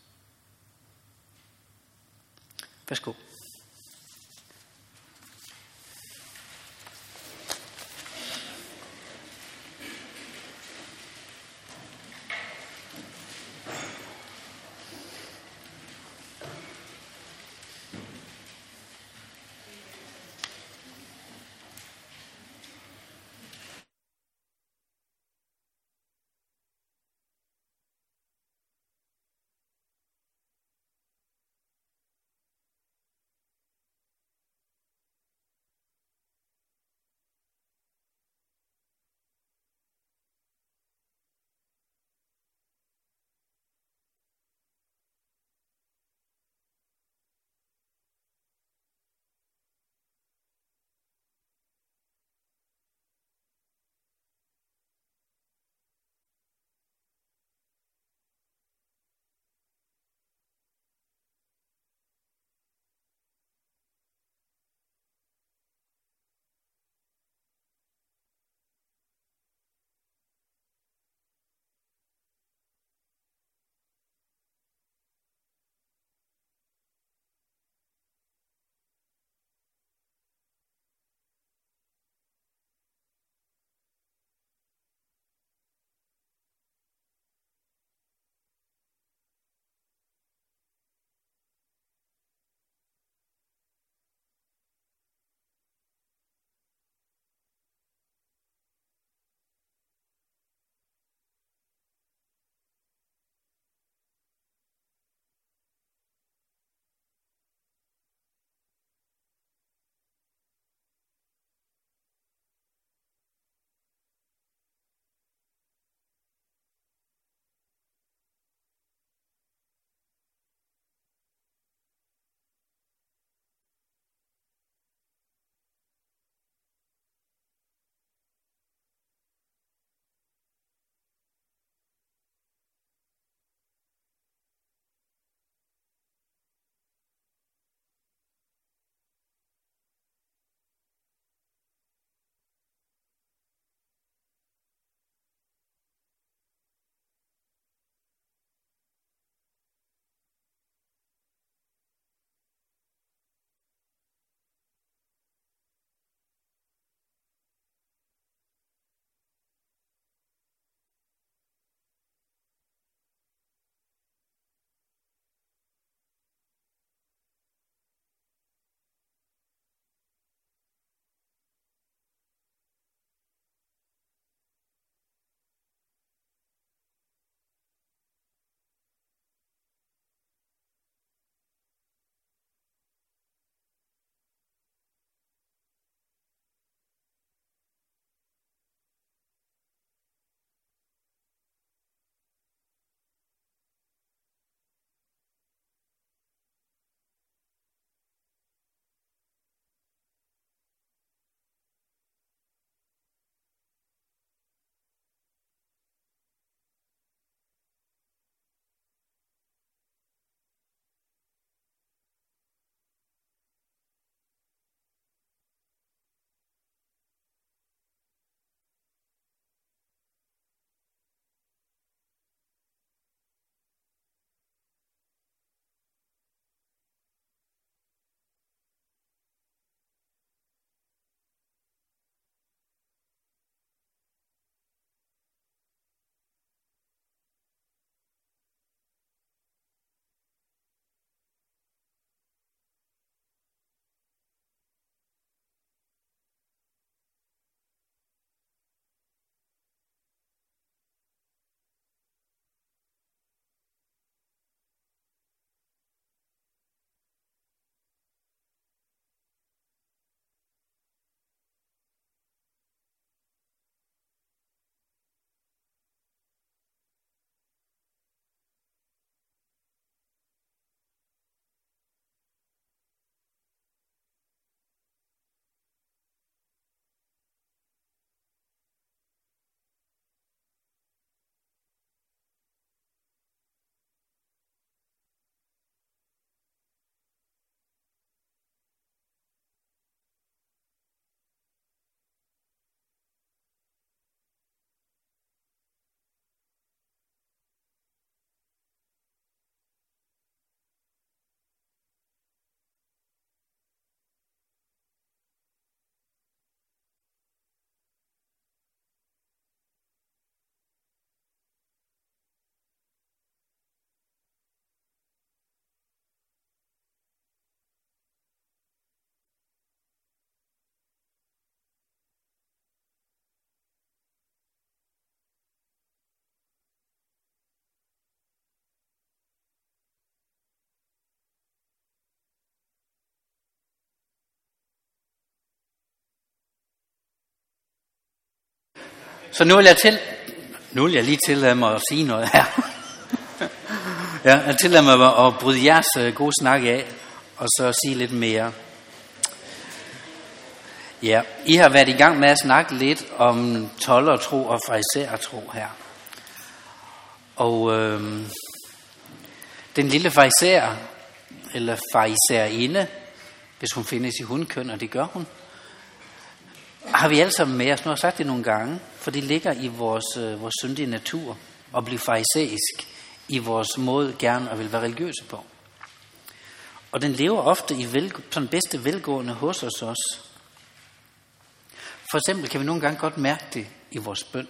Værsgo. Så nu vil jeg lige tillade mig at sige noget her. Ja, jeg tillader mig at bryde jeres gode snak af, og så sige lidt mere. Ja, I har været i gang med at snakke lidt om toldertro og farisæertro her. Og den lille farisæer, eller farisæerinde, hvis hun findes i hundkøn, og det gør hun, har vi alle sammen med os. Nu har jeg sagt det nogle gange, for det ligger i vores syndige natur at blive farisæisk i vores måde gerne at vil være religiøse på. Og den lever ofte i sådan bedste velgående hos os også. For eksempel kan vi nogle gange godt mærke det i vores bøn.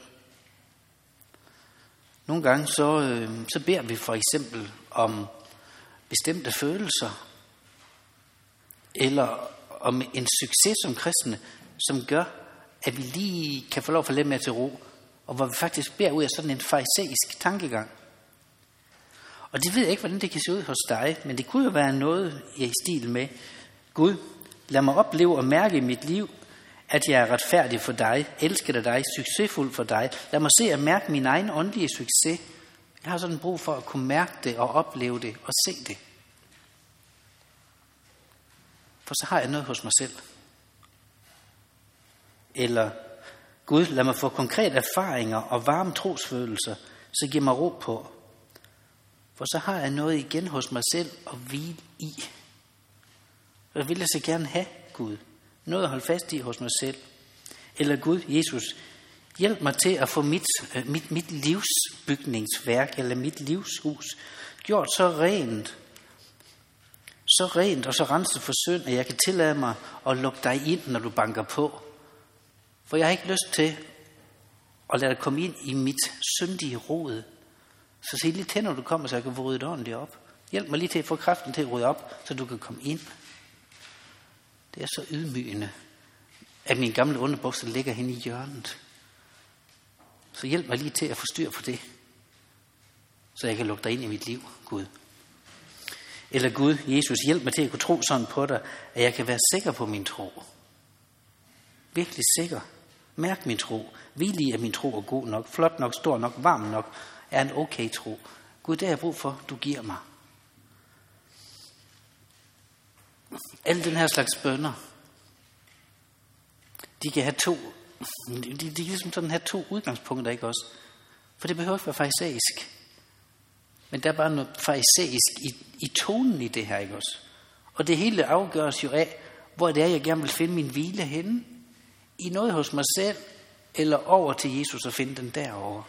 Nogle gange så beder vi for eksempel om bestemte følelser, eller om en succes som kristne, som gør, at vi lige kan få lov at få lidt mere til ro, og hvor vi faktisk beder ud af sådan en farisæisk tankegang. Og det ved jeg ikke, hvordan det kan se ud hos dig, men det kunne jo være noget i stil med: Gud, lad mig opleve og mærke i mit liv, at jeg er retfærdig for dig, elsker dig, succesfuld for dig. Lad mig se og mærke min egen åndelige succes. Jeg har sådan brug for at kunne mærke det og opleve det og se det. For så har jeg noget hos mig selv. Eller: Gud, lad mig få konkrete erfaringer og varme trosfølelser, så giv mig ro på. For så har jeg noget igen hos mig selv at hvile i. Og det vil jeg så gerne have, Gud. Noget at holde fast i hos mig selv. Eller: Gud, Jesus, hjælp mig til at få mit livsbygningsværk, eller mit livshus, gjort så rent og så renset for synd, at jeg kan tillade mig at lukke dig ind, når du banker på. For jeg har ikke lyst til at lade dig komme ind i mit syndige rod. Så sig lige til, når du kommer, så jeg kan få ryddet ordentligt op. Hjælp mig lige til at få kraften til at rydde op, så du kan komme ind. Det er så ydmygende, at mine gamle underbukser ligger henne i hjørnet. Så hjælp mig lige til at få styr på det, så jeg kan lukke dig ind i mit liv, Gud. Eller: Gud, Jesus, hjælp mig til at kunne tro sådan på dig, at jeg kan være sikker på min tro. Virkelig sikker. Mærk min tro. Hvil i, at min tro er god nok, flot nok, stor nok, varm nok, er en okay tro. Gud, det har jeg brug for, du giver mig. Alle den her slags bønner, de kan have de kan ligesom sådan have to udgangspunkter, ikke også? For det behøver ikke være farisæisk. Men der er bare noget farisæisk i tonen i det her, ikke også? Og det hele afgøres jo af, hvor det er, jeg gerne vil finde min hvile henne. I noget hos mig selv, eller over til Jesus og finde den derovre.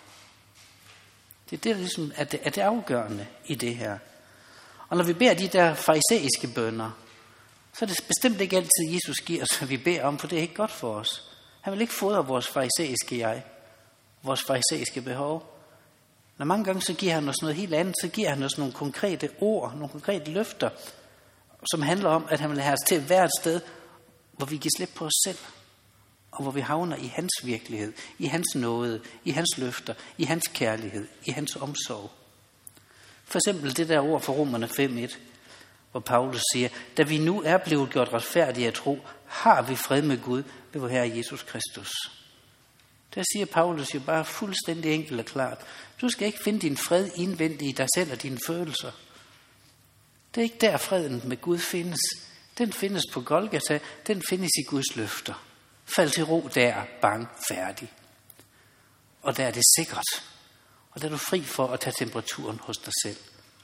Det er det, der ligesom er det afgørende i det her. Og når vi beder de der farisæiske bønner, så er det bestemt ikke altid, Jesus giver os, hvad vi beder om, for det er ikke godt for os. Han vil ikke fodre vores farisæiske jeg, vores farisæiske behov. Når mange gange så giver han os noget helt andet, så giver han os nogle konkrete ord, nogle konkrete løfter, som handler om, at han vil have os til at være et sted, hvor vi giver slip på os selv, og hvor vi havner i hans virkelighed, i hans nåde, i hans løfter, i hans kærlighed, i hans omsorg. For eksempel det der ord fra Romerne 5:1, hvor Paulus siger: da vi nu er blevet gjort retfærdige af tro, har vi fred med Gud ved vor Herre Jesus Kristus. Der siger Paulus jo bare fuldstændig enkelt og klart: du skal ikke finde din fred indvendigt i dig selv og dine følelser. Det er ikke der freden med Gud findes. Den findes på Golgata, den findes i Guds løfter. Fald til ro der, bang, færdig. Og der er det sikkert. Og der er du fri for at tage temperaturen hos dig selv.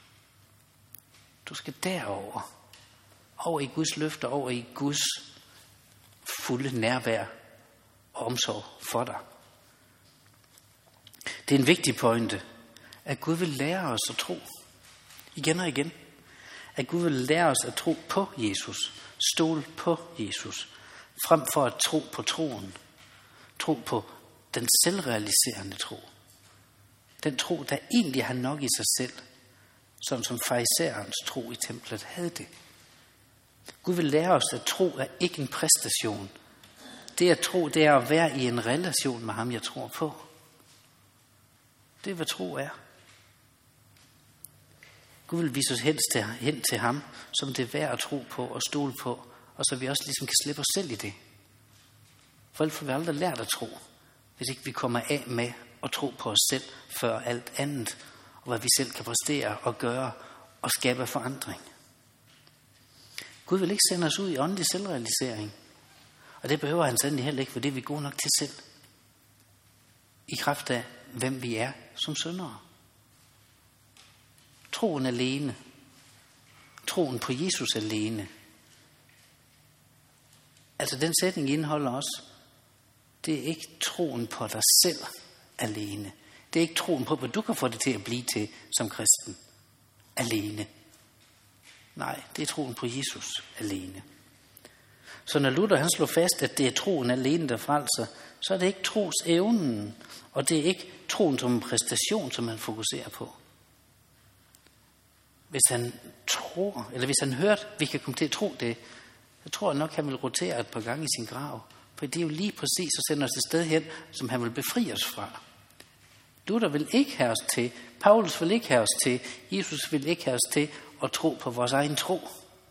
Du skal derover. Over i Guds løfter, over i Guds fulde nærvær og omsorg for dig. Det er en vigtig pointe, at Gud vil lære os at tro. Igen og igen. At Gud vil lære os at tro på Jesus. Stole på Jesus. Frem for at tro på troen. Tro på den selvrealiserende tro. Den tro, der egentlig har nok i sig selv. Sådan som farisæerens tro i templet havde det. Gud vil lære os, at tro er ikke en præstation. Det at tro, det er at være i en relation med ham, jeg tror på. Det er, hvad tro er. Gud vil vise os hen til ham, som det er værd at tro på og stole på, og så vi også ligesom kan slippe os selv i det. For ellers får vi aldrig lært at tro. hvis ikke vi kommer af med at tro på os selv før alt andet, og hvad vi selv kan præstere og gøre og skabe forandring. Gud vil ikke sende os ud i åndelig selvrealisering, og det behøver han sandelig heller ikke, for det er vi gode nok til selv, i kraft af, hvem vi er som syndere. Troen alene, troen på Jesus alene, altså den sætning indeholder også, det er ikke troen på dig selv alene. Det er ikke troen på, hvad du kan få det til at blive til som kristen alene. Nej, det er troen på Jesus alene. Så når Luther han slår fast, at det er troen alene, der frelser, så er det ikke trosevnen, og det er ikke troen som en præstation, som han fokuserer på. Hvis han tror, eller hvis han hørte, at vi kan komme til at tro det, så tror jeg nok, han vil rotere et par gange i sin grav. For det er jo lige præcis at sende os et sted hen, som han vil befri os fra. Luther vil ikke have os til, Paulus vil ikke have os til, Jesus vil ikke have os til at tro på vores egen tro.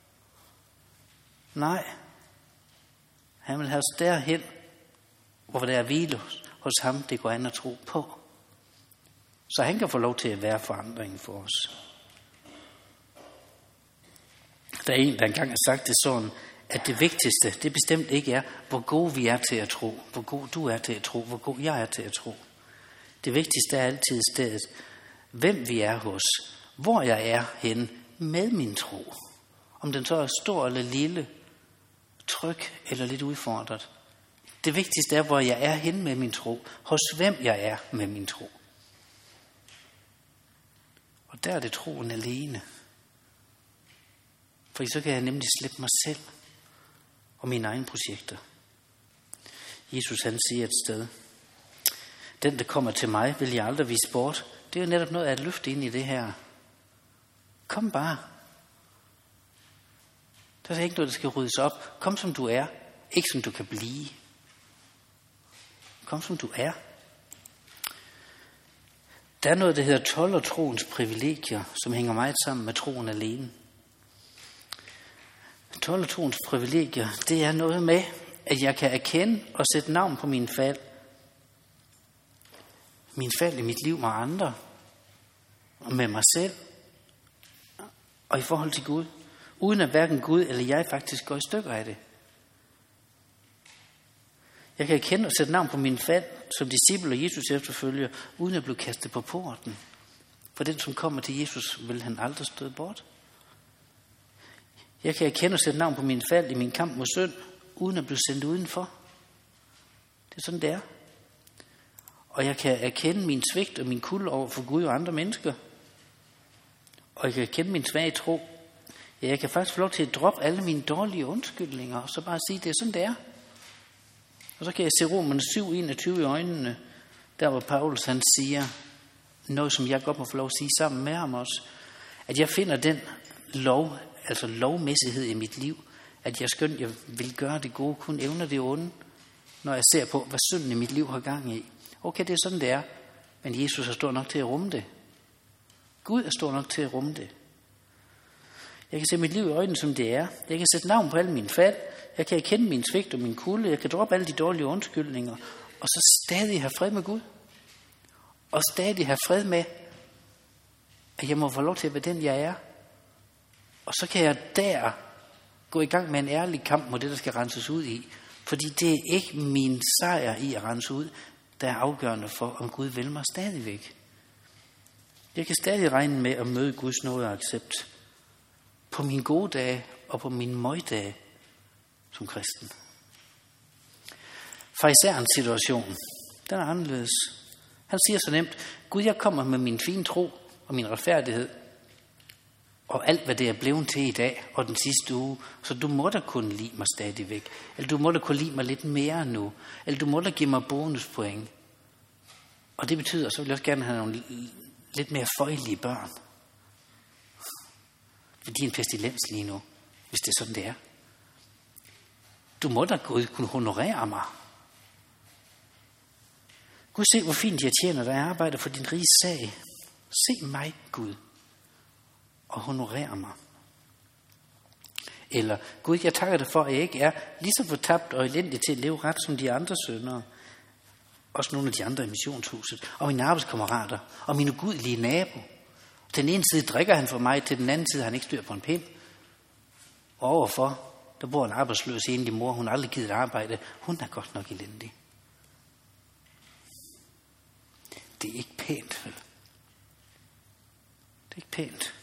Nej, han vil have os derhen, hvor der er hvile hos ham, det går an at tro på. Så han kan få lov til at være forandringen for os. Der er en, der engang har sagt det sådan, at det vigtigste, det bestemt ikke er, hvor gode vi er til at tro, hvor god du er til at tro, hvor god jeg er til at tro. Det vigtigste er altid stedet, hvem vi er hos, hvor jeg er henne med min tro. Om den så er stor eller lille, tryg eller lidt udfordret. Det vigtigste er, hvor jeg er henne med min tro, hos hvem jeg er med min tro. Og der er det troen alene. For så kan jeg nemlig slippe mig selv og mine egne projekter. Jesus han siger et sted, den der kommer til mig, vil jeg aldrig vise bort. Det er jo netop noget af et løfte ind i det her. Kom bare. Der er ikke noget, der skal ryddes op. Kom som du er, ikke som du kan blive. Kom som du er. Der er noget, der hedder toldertroens privilegier, som hænger meget sammen med troen alene. Toldertroens privilegier, det er noget med, at jeg kan erkende og sætte navn på min fald. Min fald i mit liv med andre, og med mig selv, og i forhold til Gud, uden at hverken Gud eller jeg faktisk går i stykker af det. Jeg kan erkende og sætte navn på min fald, som disciple og Jesus efterfølger, uden at blive kastet på porten. For den, som kommer til Jesus, vil han aldrig støde bort. Jeg kan erkende og sætte navn på min fald i min kamp mod synd, uden at blive sendt udenfor. Det er sådan, det er. Og jeg kan erkende min svigt og min kulde over for Gud og andre mennesker. Og jeg kan erkende min svage tro. Ja, jeg kan faktisk få lov til at droppe alle mine dårlige undskyldninger, og så bare sige, det er sådan, det er. Og så kan jeg se Romerne 7:21 i øjnene, der hvor Paulus han siger, noget som jeg godt må få lov at sige sammen med ham også, at jeg finder den lov, altså lovmæssighed i mit liv, at jeg skønt jeg vil gøre det gode, kun evner det onde, når jeg ser på, hvad synden i mit liv har gang i. Okay, det er sådan, det er, men Jesus er stor nok til at rumme det. Gud er stor nok til at rumme det. Jeg kan se mit liv i øjnene, som det er. Jeg kan sætte navn på alle mine fald. Jeg kan erkende min svigt og min kulde. Jeg kan droppe alle de dårlige undskyldninger. Og så stadig have fred med Gud. Og stadig have fred med, at jeg må få lov til at være den, jeg er. Og så kan jeg der gå i gang med en ærlig kamp mod det, der skal renses ud i. Fordi det er ikke min sejr i at rense ud, der er afgørende for, om Gud vil mig stadigvæk. Jeg kan stadig regne med at møde Guds nåde og accept på mine gode dage og på mine møgdage som kristen. Farisæerens situation, den er anderledes. Han siger så nemt, Gud, jeg kommer med min fine tro og min retfærdighed, og alt, hvad det er blevet til i dag og den sidste uge, så du må da kunne lide mig stadigvæk. Eller du må da kunne lide mig lidt mere nu. Eller du må da give mig bonuspoint. Og det betyder, så vil jeg også gerne have nogle lidt mere føjelige børn. For de er en pestilens lige nu, hvis det er sådan, det er. Du må da kunne honorere mig. Gud, se, hvor fint jeg tjener, der arbejder for din rige sag. Se mig, Gud, og honorere mig. Eller, Gud, jeg takker dig for, at jeg ikke er lige så fortabt og elendig til at leve ret som de andre syndere. også nogle af de andre i missionshuset, og mine arbejdskammerater, og min ugudelige nabo. Den ene side drikker han for mig, til den anden side har han ikke styr på en pind. Og overfor, der bor en arbejdsløs enlig mor, hun har aldrig givet et arbejde. Hun er godt nok elendig. Det er ikke pænt, vel? Det er ikke pænt.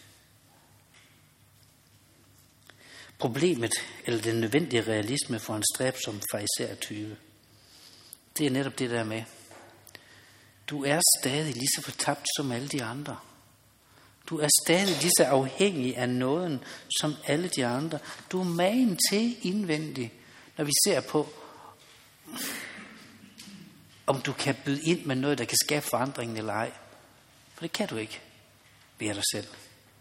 Problemet, eller den nødvendige realisme for en stræbsom farisæer-type, det er netop det der med, du er stadig lige så fortabt som alle de andre. Du er stadig lige så afhængig af nåden som alle de andre. Du er magen til indvendig, når vi ser på, om du kan byde ind med noget, der kan skabe forandringen eller ej. For det kan du ikke ved dig selv.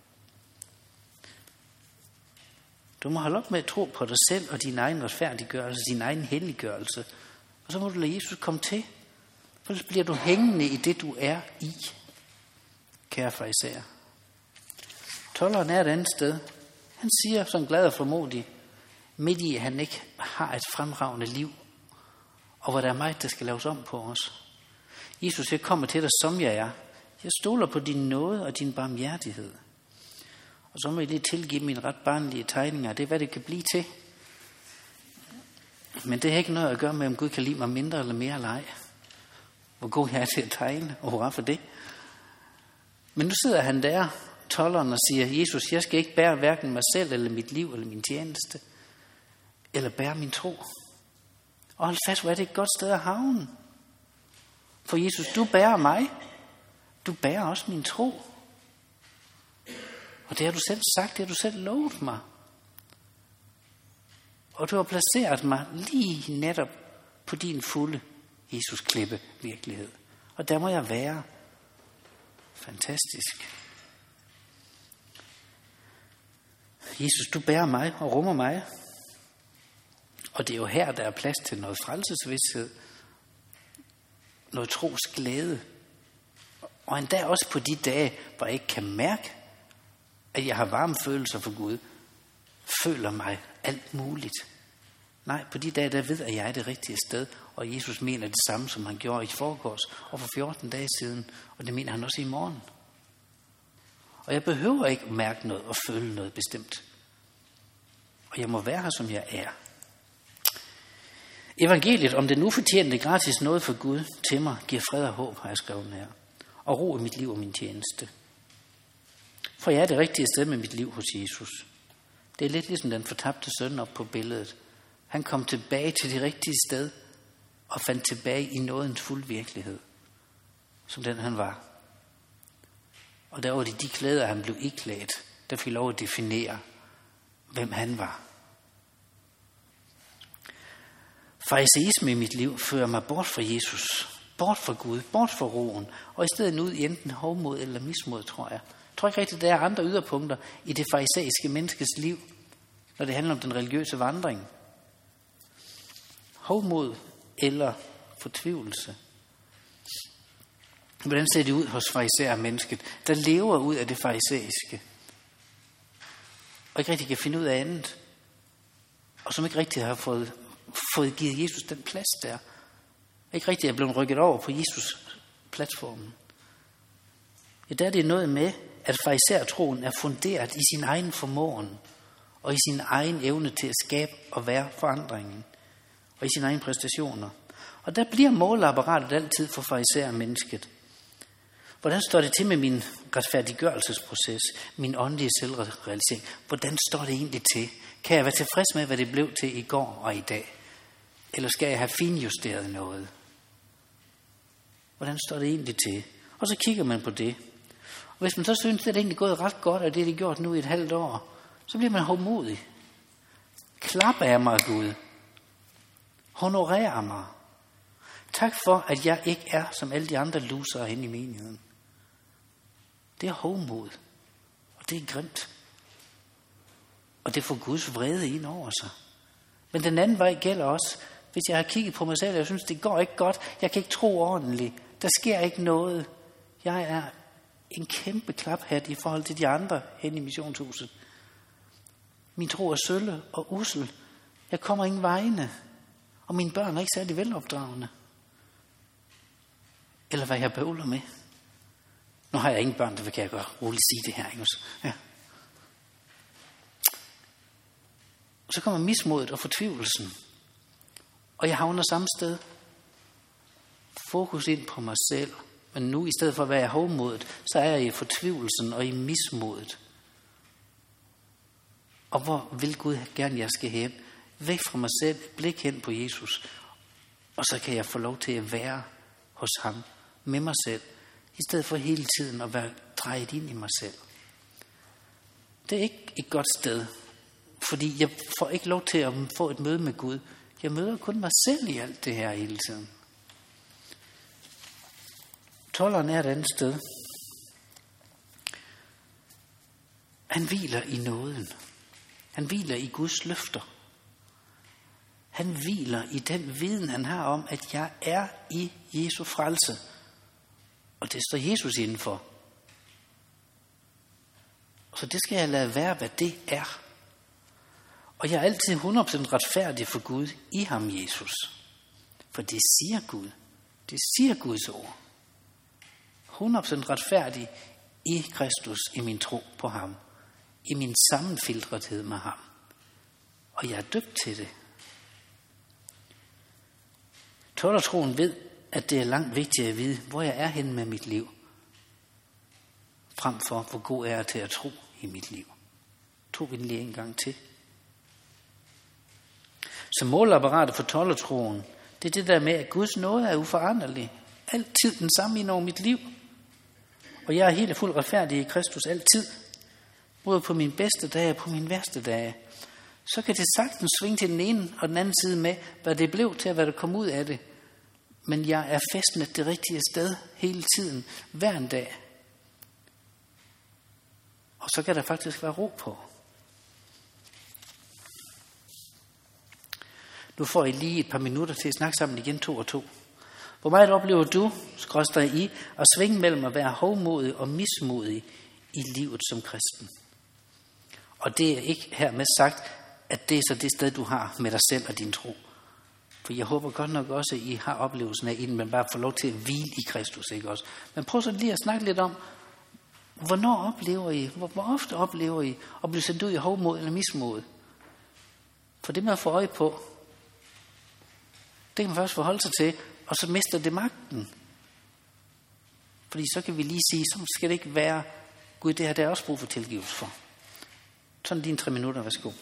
Du må holde op med at tro på dig selv og din egen retfærdiggørelse, din egen helliggørelse. Og så må du lade Jesus komme til. For så bliver du hængende i det, du er i, kære farisæer. Tolderen er et andet sted. Han siger sådan glad og formodig, midt i at han ikke har et fremragende liv, og hvor der er meget, der skal laves om på os. Jesus, jeg kommer til dig, som jeg er. Jeg stoler på din nåde og din barmhjertighed. Og så må jeg lige tilgive mine ret barnlige tegninger. Det er, hvad det kan blive til. Men det har ikke noget at gøre med, om Gud kan lide mig mindre eller mere eller ej. Hvor god jeg er til at tegne, og hurra for det. Men nu sidder han der, tolderen, og siger, Jesus, jeg skal ikke bære hverken mig selv, eller mit liv, eller min tjeneste, eller bære min tro. Og hold fast, hvor er det et godt sted at havne. For Jesus, du bærer mig. Du bærer også min tro. Og det har du selv sagt, det har du selv lovet mig. Og du har placeret mig lige netop på din fulde Jesus-klippe virkelighed. Og der må jeg være. Fantastisk. Jesus, du bærer mig og rummer mig. Og det er jo her, der er plads til noget frelsesvidshed. Noget tros glæde. Og endda også på de dage, hvor jeg ikke kan mærke, at jeg har varme følelser for Gud. Føler mig alt muligt. Nej, på de dage, der ved at jeg er det rigtige sted. Og Jesus mener det samme, som han gjorde i forgårs og for 14 dage siden. Og det mener han også i morgen. Og jeg behøver ikke mærke noget og føle noget bestemt. Og jeg må være her, som jeg er. Evangeliet om den ufortjente gratis nåde for Gud til mig giver fred og håb, har jeg skrevet her. Og ro i mit liv og min tjeneste. For jeg er det rigtige sted med mit liv hos Jesus. Det er lidt ligesom den fortabte søn op på billedet. Han kom tilbage til det rigtige sted og fandt tilbage i nådens fuld virkelighed, som den han var. Og der var det de klæder, han blev iklædt, der fik lov at definere, hvem han var. Fariseisme i mit liv fører mig bort fra Jesus, bort fra Gud, bort fra roen, og i stedet ud i enten hovmod eller mismod, tror jeg. Jeg tror ikke rigtigt, der er andre yderpunkter i det farisæiske menneskes liv, når det handler om den religiøse vandring. Hovmod eller fortvivlelse. Hvordan ser det ud hos farisæer-mennesket, der lever ud af det farisæiske, og ikke rigtig kan finde ud af andet, og som ikke rigtig har fået givet Jesus den plads der, ikke rigtig er blevet rykket over på Jesus-platformen. Ja, der er det noget med, at farisæertroen er funderet i sin egen formåen, og i sin egen evne til at skabe og være forandringen, og i sine egne præstationer. Og der bliver måleapparatet altid for farisæer-mennesket. Hvordan står det til med min retfærdiggørelsesproces, min åndelige selvrealisering? Hvordan står det egentlig til? Kan jeg være tilfreds med, hvad det blev til i går og i dag? Eller skal jeg have finjusteret noget? Hvordan står det egentlig til? Og så kigger man på det. Og hvis man så synes, at det er egentlig gået ret godt, og det er det gjort nu i et halvt år, så bliver man hovmodig. Klap af mig, Gud. Honorer mig. Tak for, at jeg ikke er som alle de andre losere hen i menigheden. Det er hovmod. Og det er grimt. Og det får Guds vrede ind over sig. Men den anden vej gælder også, hvis jeg har kigget på mig selv, og jeg synes, det går ikke godt. Jeg kan ikke tro ordentligt. Der sker ikke noget. Jeg er en kæmpe klaphat i forhold til de andre hen i missionshuset. Min tro er sølle og ussel. Jeg kommer ingen vegne. Og mine børn er ikke særlig velopdragende. eller hvad jeg bøvler med. Nu har jeg ingen børn, det kan jeg godt roligt sige det her. Ikke også? Ja. Så kommer mismodet og fortvivlelsen. Og jeg havner samme sted. Fokus ind på mig selv. Men nu i stedet for at være i hovmodet, så er jeg i fortvivlelsen og i mismodet. Og hvor vil Gud gerne, jeg skal hen? Væk fra mig selv, blik hen på Jesus. Og så kan jeg få lov til at være hos ham, med mig selv. I stedet for hele tiden at være drejet ind i mig selv. Det er ikke et godt sted. Fordi jeg får ikke lov til at få et møde med Gud. Jeg møder kun mig selv i alt det her hele tiden. Tolderen er et andet sted. Han hviler i nåden. Han hviler i Guds løfter. Han hviler i den viden, han har om, at jeg er i Jesu frelse. Og det står Jesus indenfor. Så det skal jeg lade være, hvad det er. Og jeg er altid 100% retfærdig for Gud i ham, Jesus. For det siger Gud. Det siger Guds ord. 100% retfærdig i Kristus, i min tro på ham. I min sammenfiltrethed med ham. Og jeg er døbt til det. Toldertroen ved, at det er langt vigtigt at vide, hvor jeg er henne med mit liv. Frem for, hvor god jeg er til at tro i mit liv. Tog vi den lige en gang til. Så måleapparatet for toldertroen, det er det der med, at Guds nåde er uforanderlig. Altid den samme ind over mit liv. Og jeg er helt og fuldt retfærdig i Kristus altid. Både på mine bedste dage og på mine værste dage. Så kan det sagtens svinge til den ene og den anden side med, hvad det blev til, hvad der kom ud af det. Men jeg er fæstnet det rigtige sted hele tiden, hver en dag. Og så kan der faktisk være ro på. Nu får I lige et par minutter til at snakke sammen igen 2 og 2. Hvor meget oplever du, skråstrej I, at svinge mellem at være hovmodig og mismodig i livet som kristen? Og det er ikke hermed sagt, at det er så det sted, du har med dig selv og din tro. For jeg håber godt nok også, at I har oplevelsen af, inden man bare får lov til at hvile i Kristus, ikke også? Men prøv så lige at snakke lidt om, hvornår oplever I, hvor ofte oplever I at blive sendt ud i hovmod eller mismod? For det man får øje på, det kan man først forholde sig til, og så mister det magten. Fordi så kan vi lige sige, så skal det ikke være, Gud, det her der er også brug for tilgivelse for. Sådan dine 3 minutter, værsgo.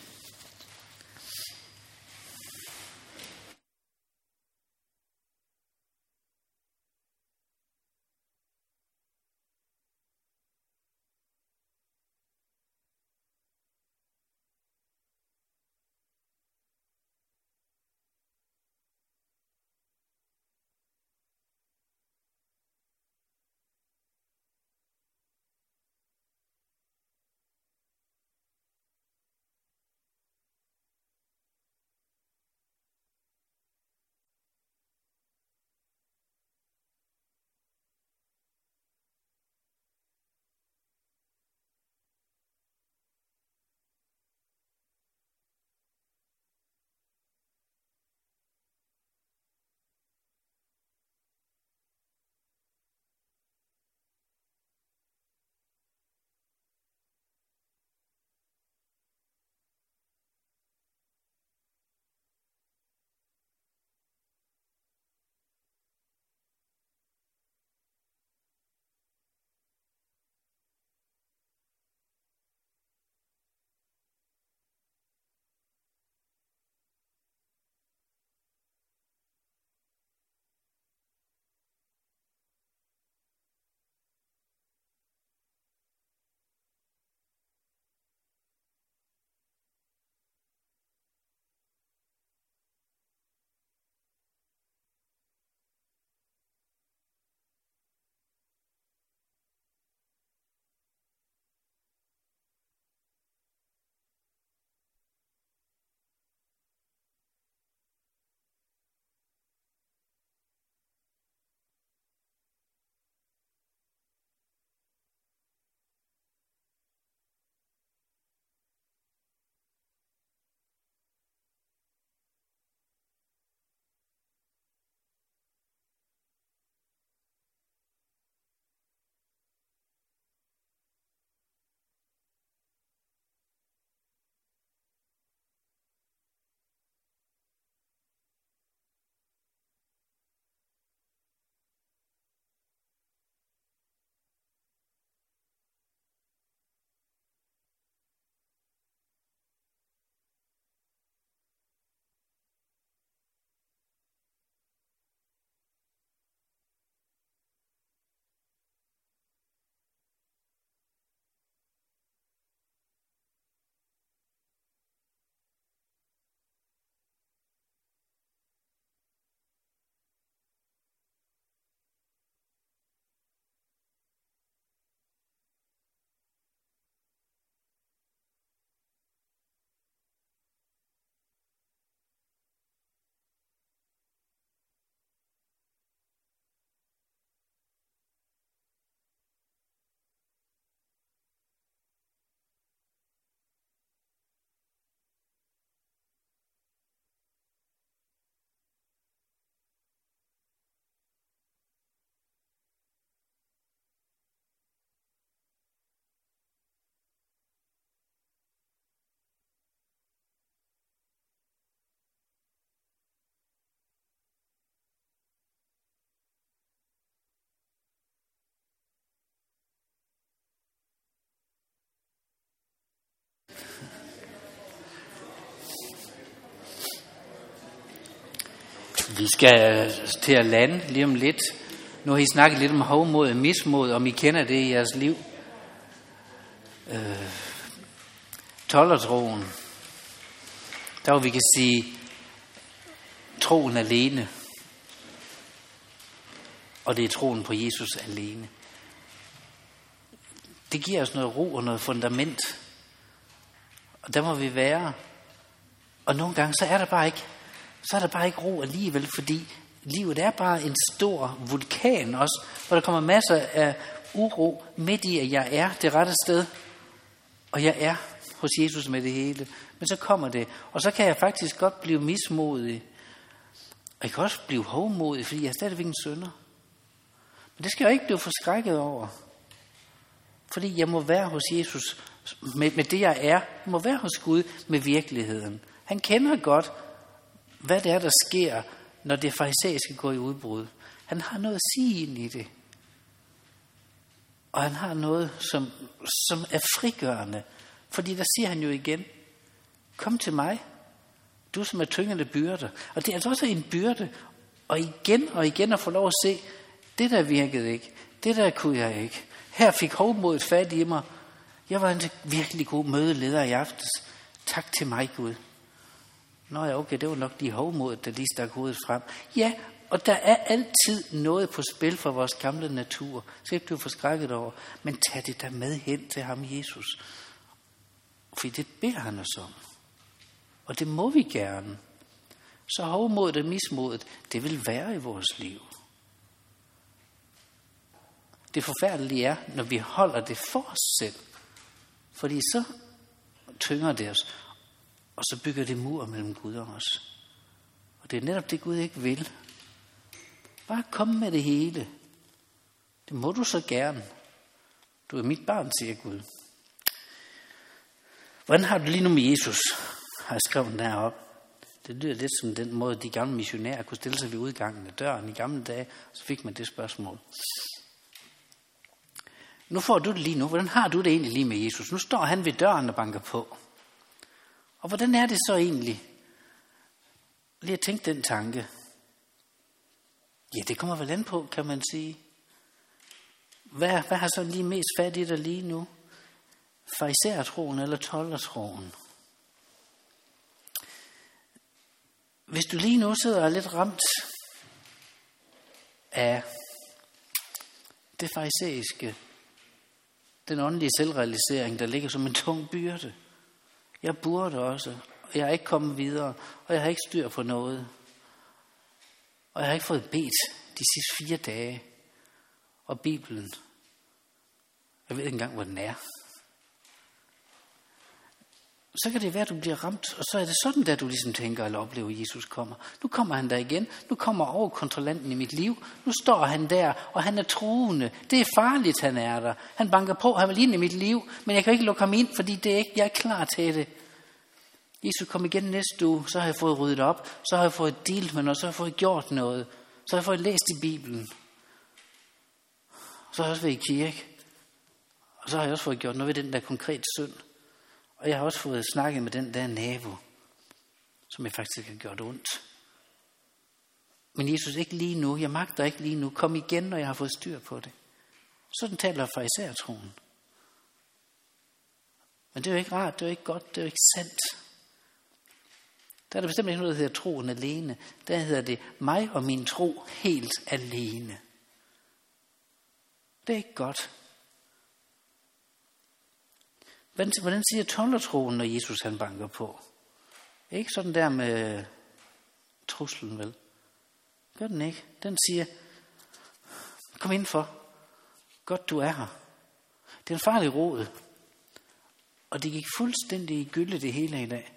Vi skal til at lande lige om lidt. Nu har I snakket lidt om hovmod og mismod, om I kender det i jeres liv. Toldertroen. Der hvor vi kan sige, troen alene. Og det er troen på Jesus alene. Det giver os noget ro og noget fundament. Og der må vi være. Og nogle gange, så er der bare ikke ro alligevel, fordi livet er bare en stor vulkan også, hvor der kommer masser af uro midt i, at jeg er det rette sted. Og jeg er hos Jesus med det hele. Men så kommer det, og så kan jeg faktisk godt blive mismodig. Og jeg kan også blive hovmodig, fordi jeg er stadigvæk en synder. Men det skal jeg ikke blive forskrækket over. Fordi jeg må være hos Jesus med det jeg er. Jeg må være hos Gud med virkeligheden. Han kender godt, hvad det er, der sker, når det farisæiske går i udbrud. Han har noget at sige ind i det. Og han har noget, som er frigørende. Fordi der siger han jo igen, kom til mig, du som er tyngende byrder. Og det er altså også en byrde. Og igen at få lov at se, det der virkede ikke. Det der kunne jeg ikke. Her fik hovmodet fat i mig. Jeg var en virkelig god mødeleder i aftes. Tak til mig, Gud. Nå ja, okay, det var nok de hovmodet, der lige stak hovedet frem. Ja, og der er altid noget på spil for vores gamle natur. Så ikke blive forskrækket over. Men tag det der med hen til ham, Jesus. For det beder han os om. Og det må vi gerne. Så hovmodet og mismodet, det vil være i vores liv. Det forfærdelige er, når vi holder det for os selv. Fordi så tynger det os. Og så bygger det mur mellem Gud og os. Og det er netop det, Gud ikke vil. Bare kom med det hele. Det må du så gerne. Du er mit barn, siger Gud. Hvordan har du lige nu med Jesus? Har jeg skrevet deroppe. Det lyder lidt som den måde, de gamle missionærer kunne stille sig ved udgangen af døren i gamle dage. Så fik man det spørgsmål. Nu får du det lige nu. Hvordan har du det egentlig lige med Jesus? Nu står han ved døren og banker på. Og hvordan er det så egentlig? Lige at tænke den tanke. Ja, det kommer vel an på, kan man sige. Hvad har så lige mest fat i dig lige nu? Farisæertroen eller toldertroen? Hvis du lige nu sidder og er lidt ramt af det farisæiske, den åndelige selvrealisering, der ligger som en tung byrde. Jeg burde også, og jeg er ikke kommet videre, og jeg har ikke styr på noget. Og jeg har ikke fået bedt de sidste 4 dage. Og Bibelen, jeg ved ikke engang, hvor den er. Så kan det være, at du bliver ramt, og så er det sådan, at du ligesom tænker eller oplever, at Jesus kommer. Nu kommer han der igen. Nu kommer overkontrollanten i mit liv. Nu står han der, og han er truende. Det er farligt, han er der. Han banker på, han vil ind i mit liv, men jeg kan ikke lukke ham ind, fordi det er ikke, jeg er klar til det. Jesus kom igen næste uge, så har jeg fået ryddet op, så har jeg fået delt med noget, så har jeg fået gjort noget, så har jeg fået læst i Bibelen. Så har jeg også været i kirke, og så har jeg også fået gjort noget ved den der konkrete synd. Og jeg har også fået snakket med den der nabo, som jeg faktisk har gjort ondt. Men Jesus, ikke lige nu. Jeg magter ikke lige nu. Kom igen, når jeg har fået styr på det. Sådan taler farisæertroen. Men det er jo ikke rart, det er jo ikke godt, det er jo ikke sandt. Der er der bestemt ikke noget, der hedder troen alene. Der hedder det mig og min tro helt alene. Det er ikke godt. Hvordan siger toldertroen, når Jesus han banker på? Ikke sådan der med truslen, vel? Gør den ikke. Den siger, kom indenfor. Godt, du er her. Det er en farlig råd. Og det gik fuldstændig i gylde det hele i dag.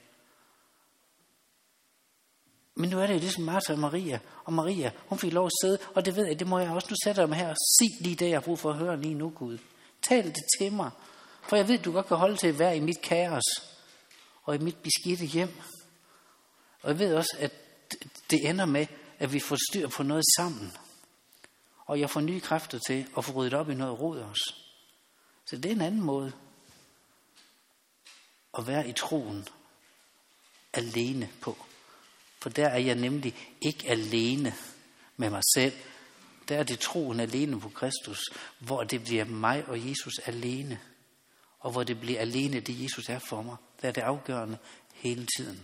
Men nu er det jo ligesom Martha og Maria. Og Maria, hun fik lov at sidde, og det ved jeg, det må jeg også. Nu sætter jeg mig her og sig lige det, jeg har brug for at høre lige nu, Gud. Tal det til mig. For jeg ved, du godt kan holde til at være i mit kaos og i mit beskidte hjem. Og jeg ved også, at det ender med, at vi får styr på noget sammen. Og jeg får nye kræfter til at få ryddet op i noget rod også. Så det er en anden måde at være i troen alene på. For der er jeg nemlig ikke alene med mig selv. Der er det troen alene på Kristus, hvor det bliver mig og Jesus alene. Og hvor det bliver alene, det Jesus er for mig. Der er det afgørende hele tiden.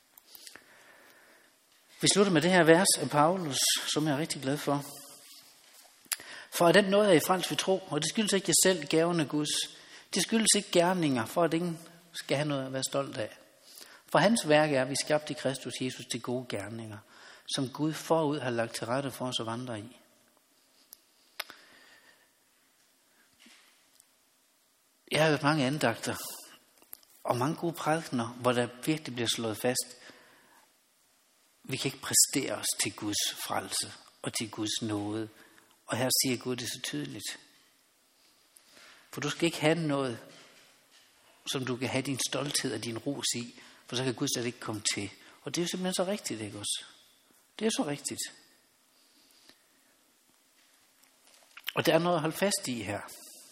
Vi slutter med det her vers af Paulus, som jeg er rigtig glad for. For at den noget er i frelst ved tro, og det skyldes ikke jeg selv, gaven af Guds. Det skyldes ikke gerninger, for at ingen skal have noget at være stolt af. For hans værk er, at vi skabte i Kristus Jesus til gode gerninger, som Gud forud har lagt til rette for os at vandre i. Jeg har hørt mange andagter og mange gode prædikener, hvor der virkelig bliver slået fast. Vi kan ikke præstere os til Guds frelse og til Guds nåde. Og her siger Gud det så tydeligt. For du skal ikke have noget, som du kan have din stolthed og din ros i, for så kan Gud slet ikke komme til. Og det er jo simpelthen så rigtigt, ikke også? Det er så rigtigt. Og der er noget at holde fast i her.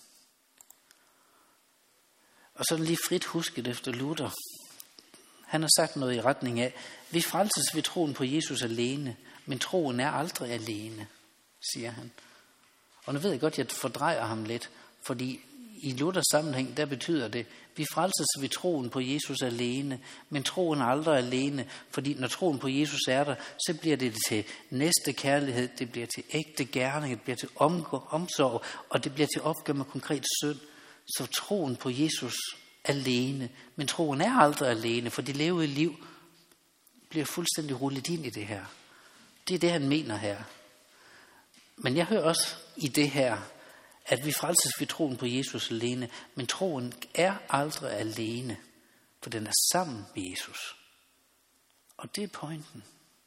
Og så lige frit husket efter Luther. Han har sagt noget i retning af, vi frelses ved troen på Jesus alene, men troen er aldrig alene, siger han. Og nu ved jeg godt, at jeg fordrejer ham lidt, fordi i Luthers sammenhæng, der betyder det, vi frelses ved troen på Jesus alene, men troen er aldrig alene, fordi når troen på Jesus er der, så bliver det til næste kærlighed, det bliver til ægte gerning, det bliver til omsorg, og det bliver til opgør med konkret synd. Så troen på Jesus alene, men troen er aldrig alene, for det levede liv bliver fuldstændig rullet ind i det her. Det er det, han mener her. Men jeg hører også i det her, at vi frelses ved troen på Jesus alene, men troen er aldrig alene, for den er sammen med Jesus. Og det er pointen.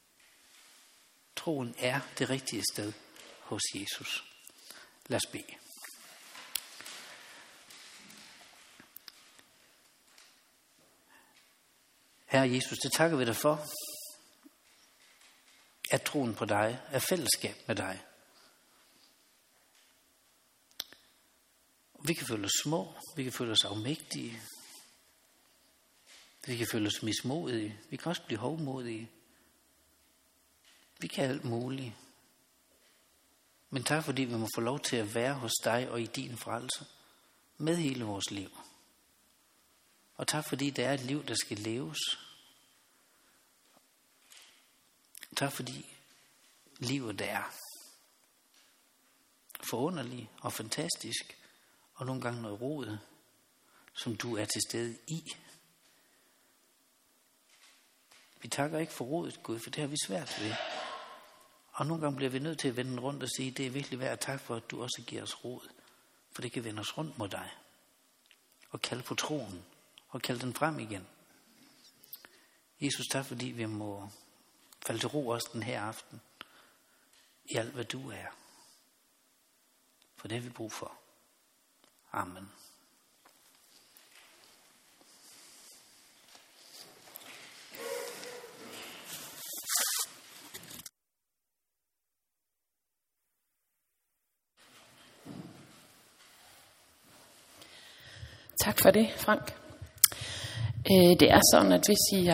Troen er det rigtige sted hos Jesus. Lad os bede. Herre Jesus, det takker vi dig for, at troen på dig er fællesskab med dig. Vi kan føle os små, vi kan føle os afmægtige, vi kan føle os mismodige, vi kan også blive hovmodige. Vi kan alt muligt. Men tak fordi vi må få lov til at være hos dig og i din frelse med hele vores liv. Og tak fordi det er et liv, der skal leves. Tak fordi livet er forunderligt og fantastisk, og nogle gange noget rod, som du er til stede i. Vi takker ikke for rodet, Gud, for det har vi svært ved. Og nogle gange bliver vi nødt til at vende rundt og sige, det er virkelig værd at takke for, at du også giver os rod, for det kan vende os rundt mod dig. Og kalde på troen, og kalde den frem igen. Jesus, tak fordi vi må falde til ro også den her aften, i alt hvad du er. For det har vi brug for. Amen. Tak for det, Frank. Det er sådan, at hvis I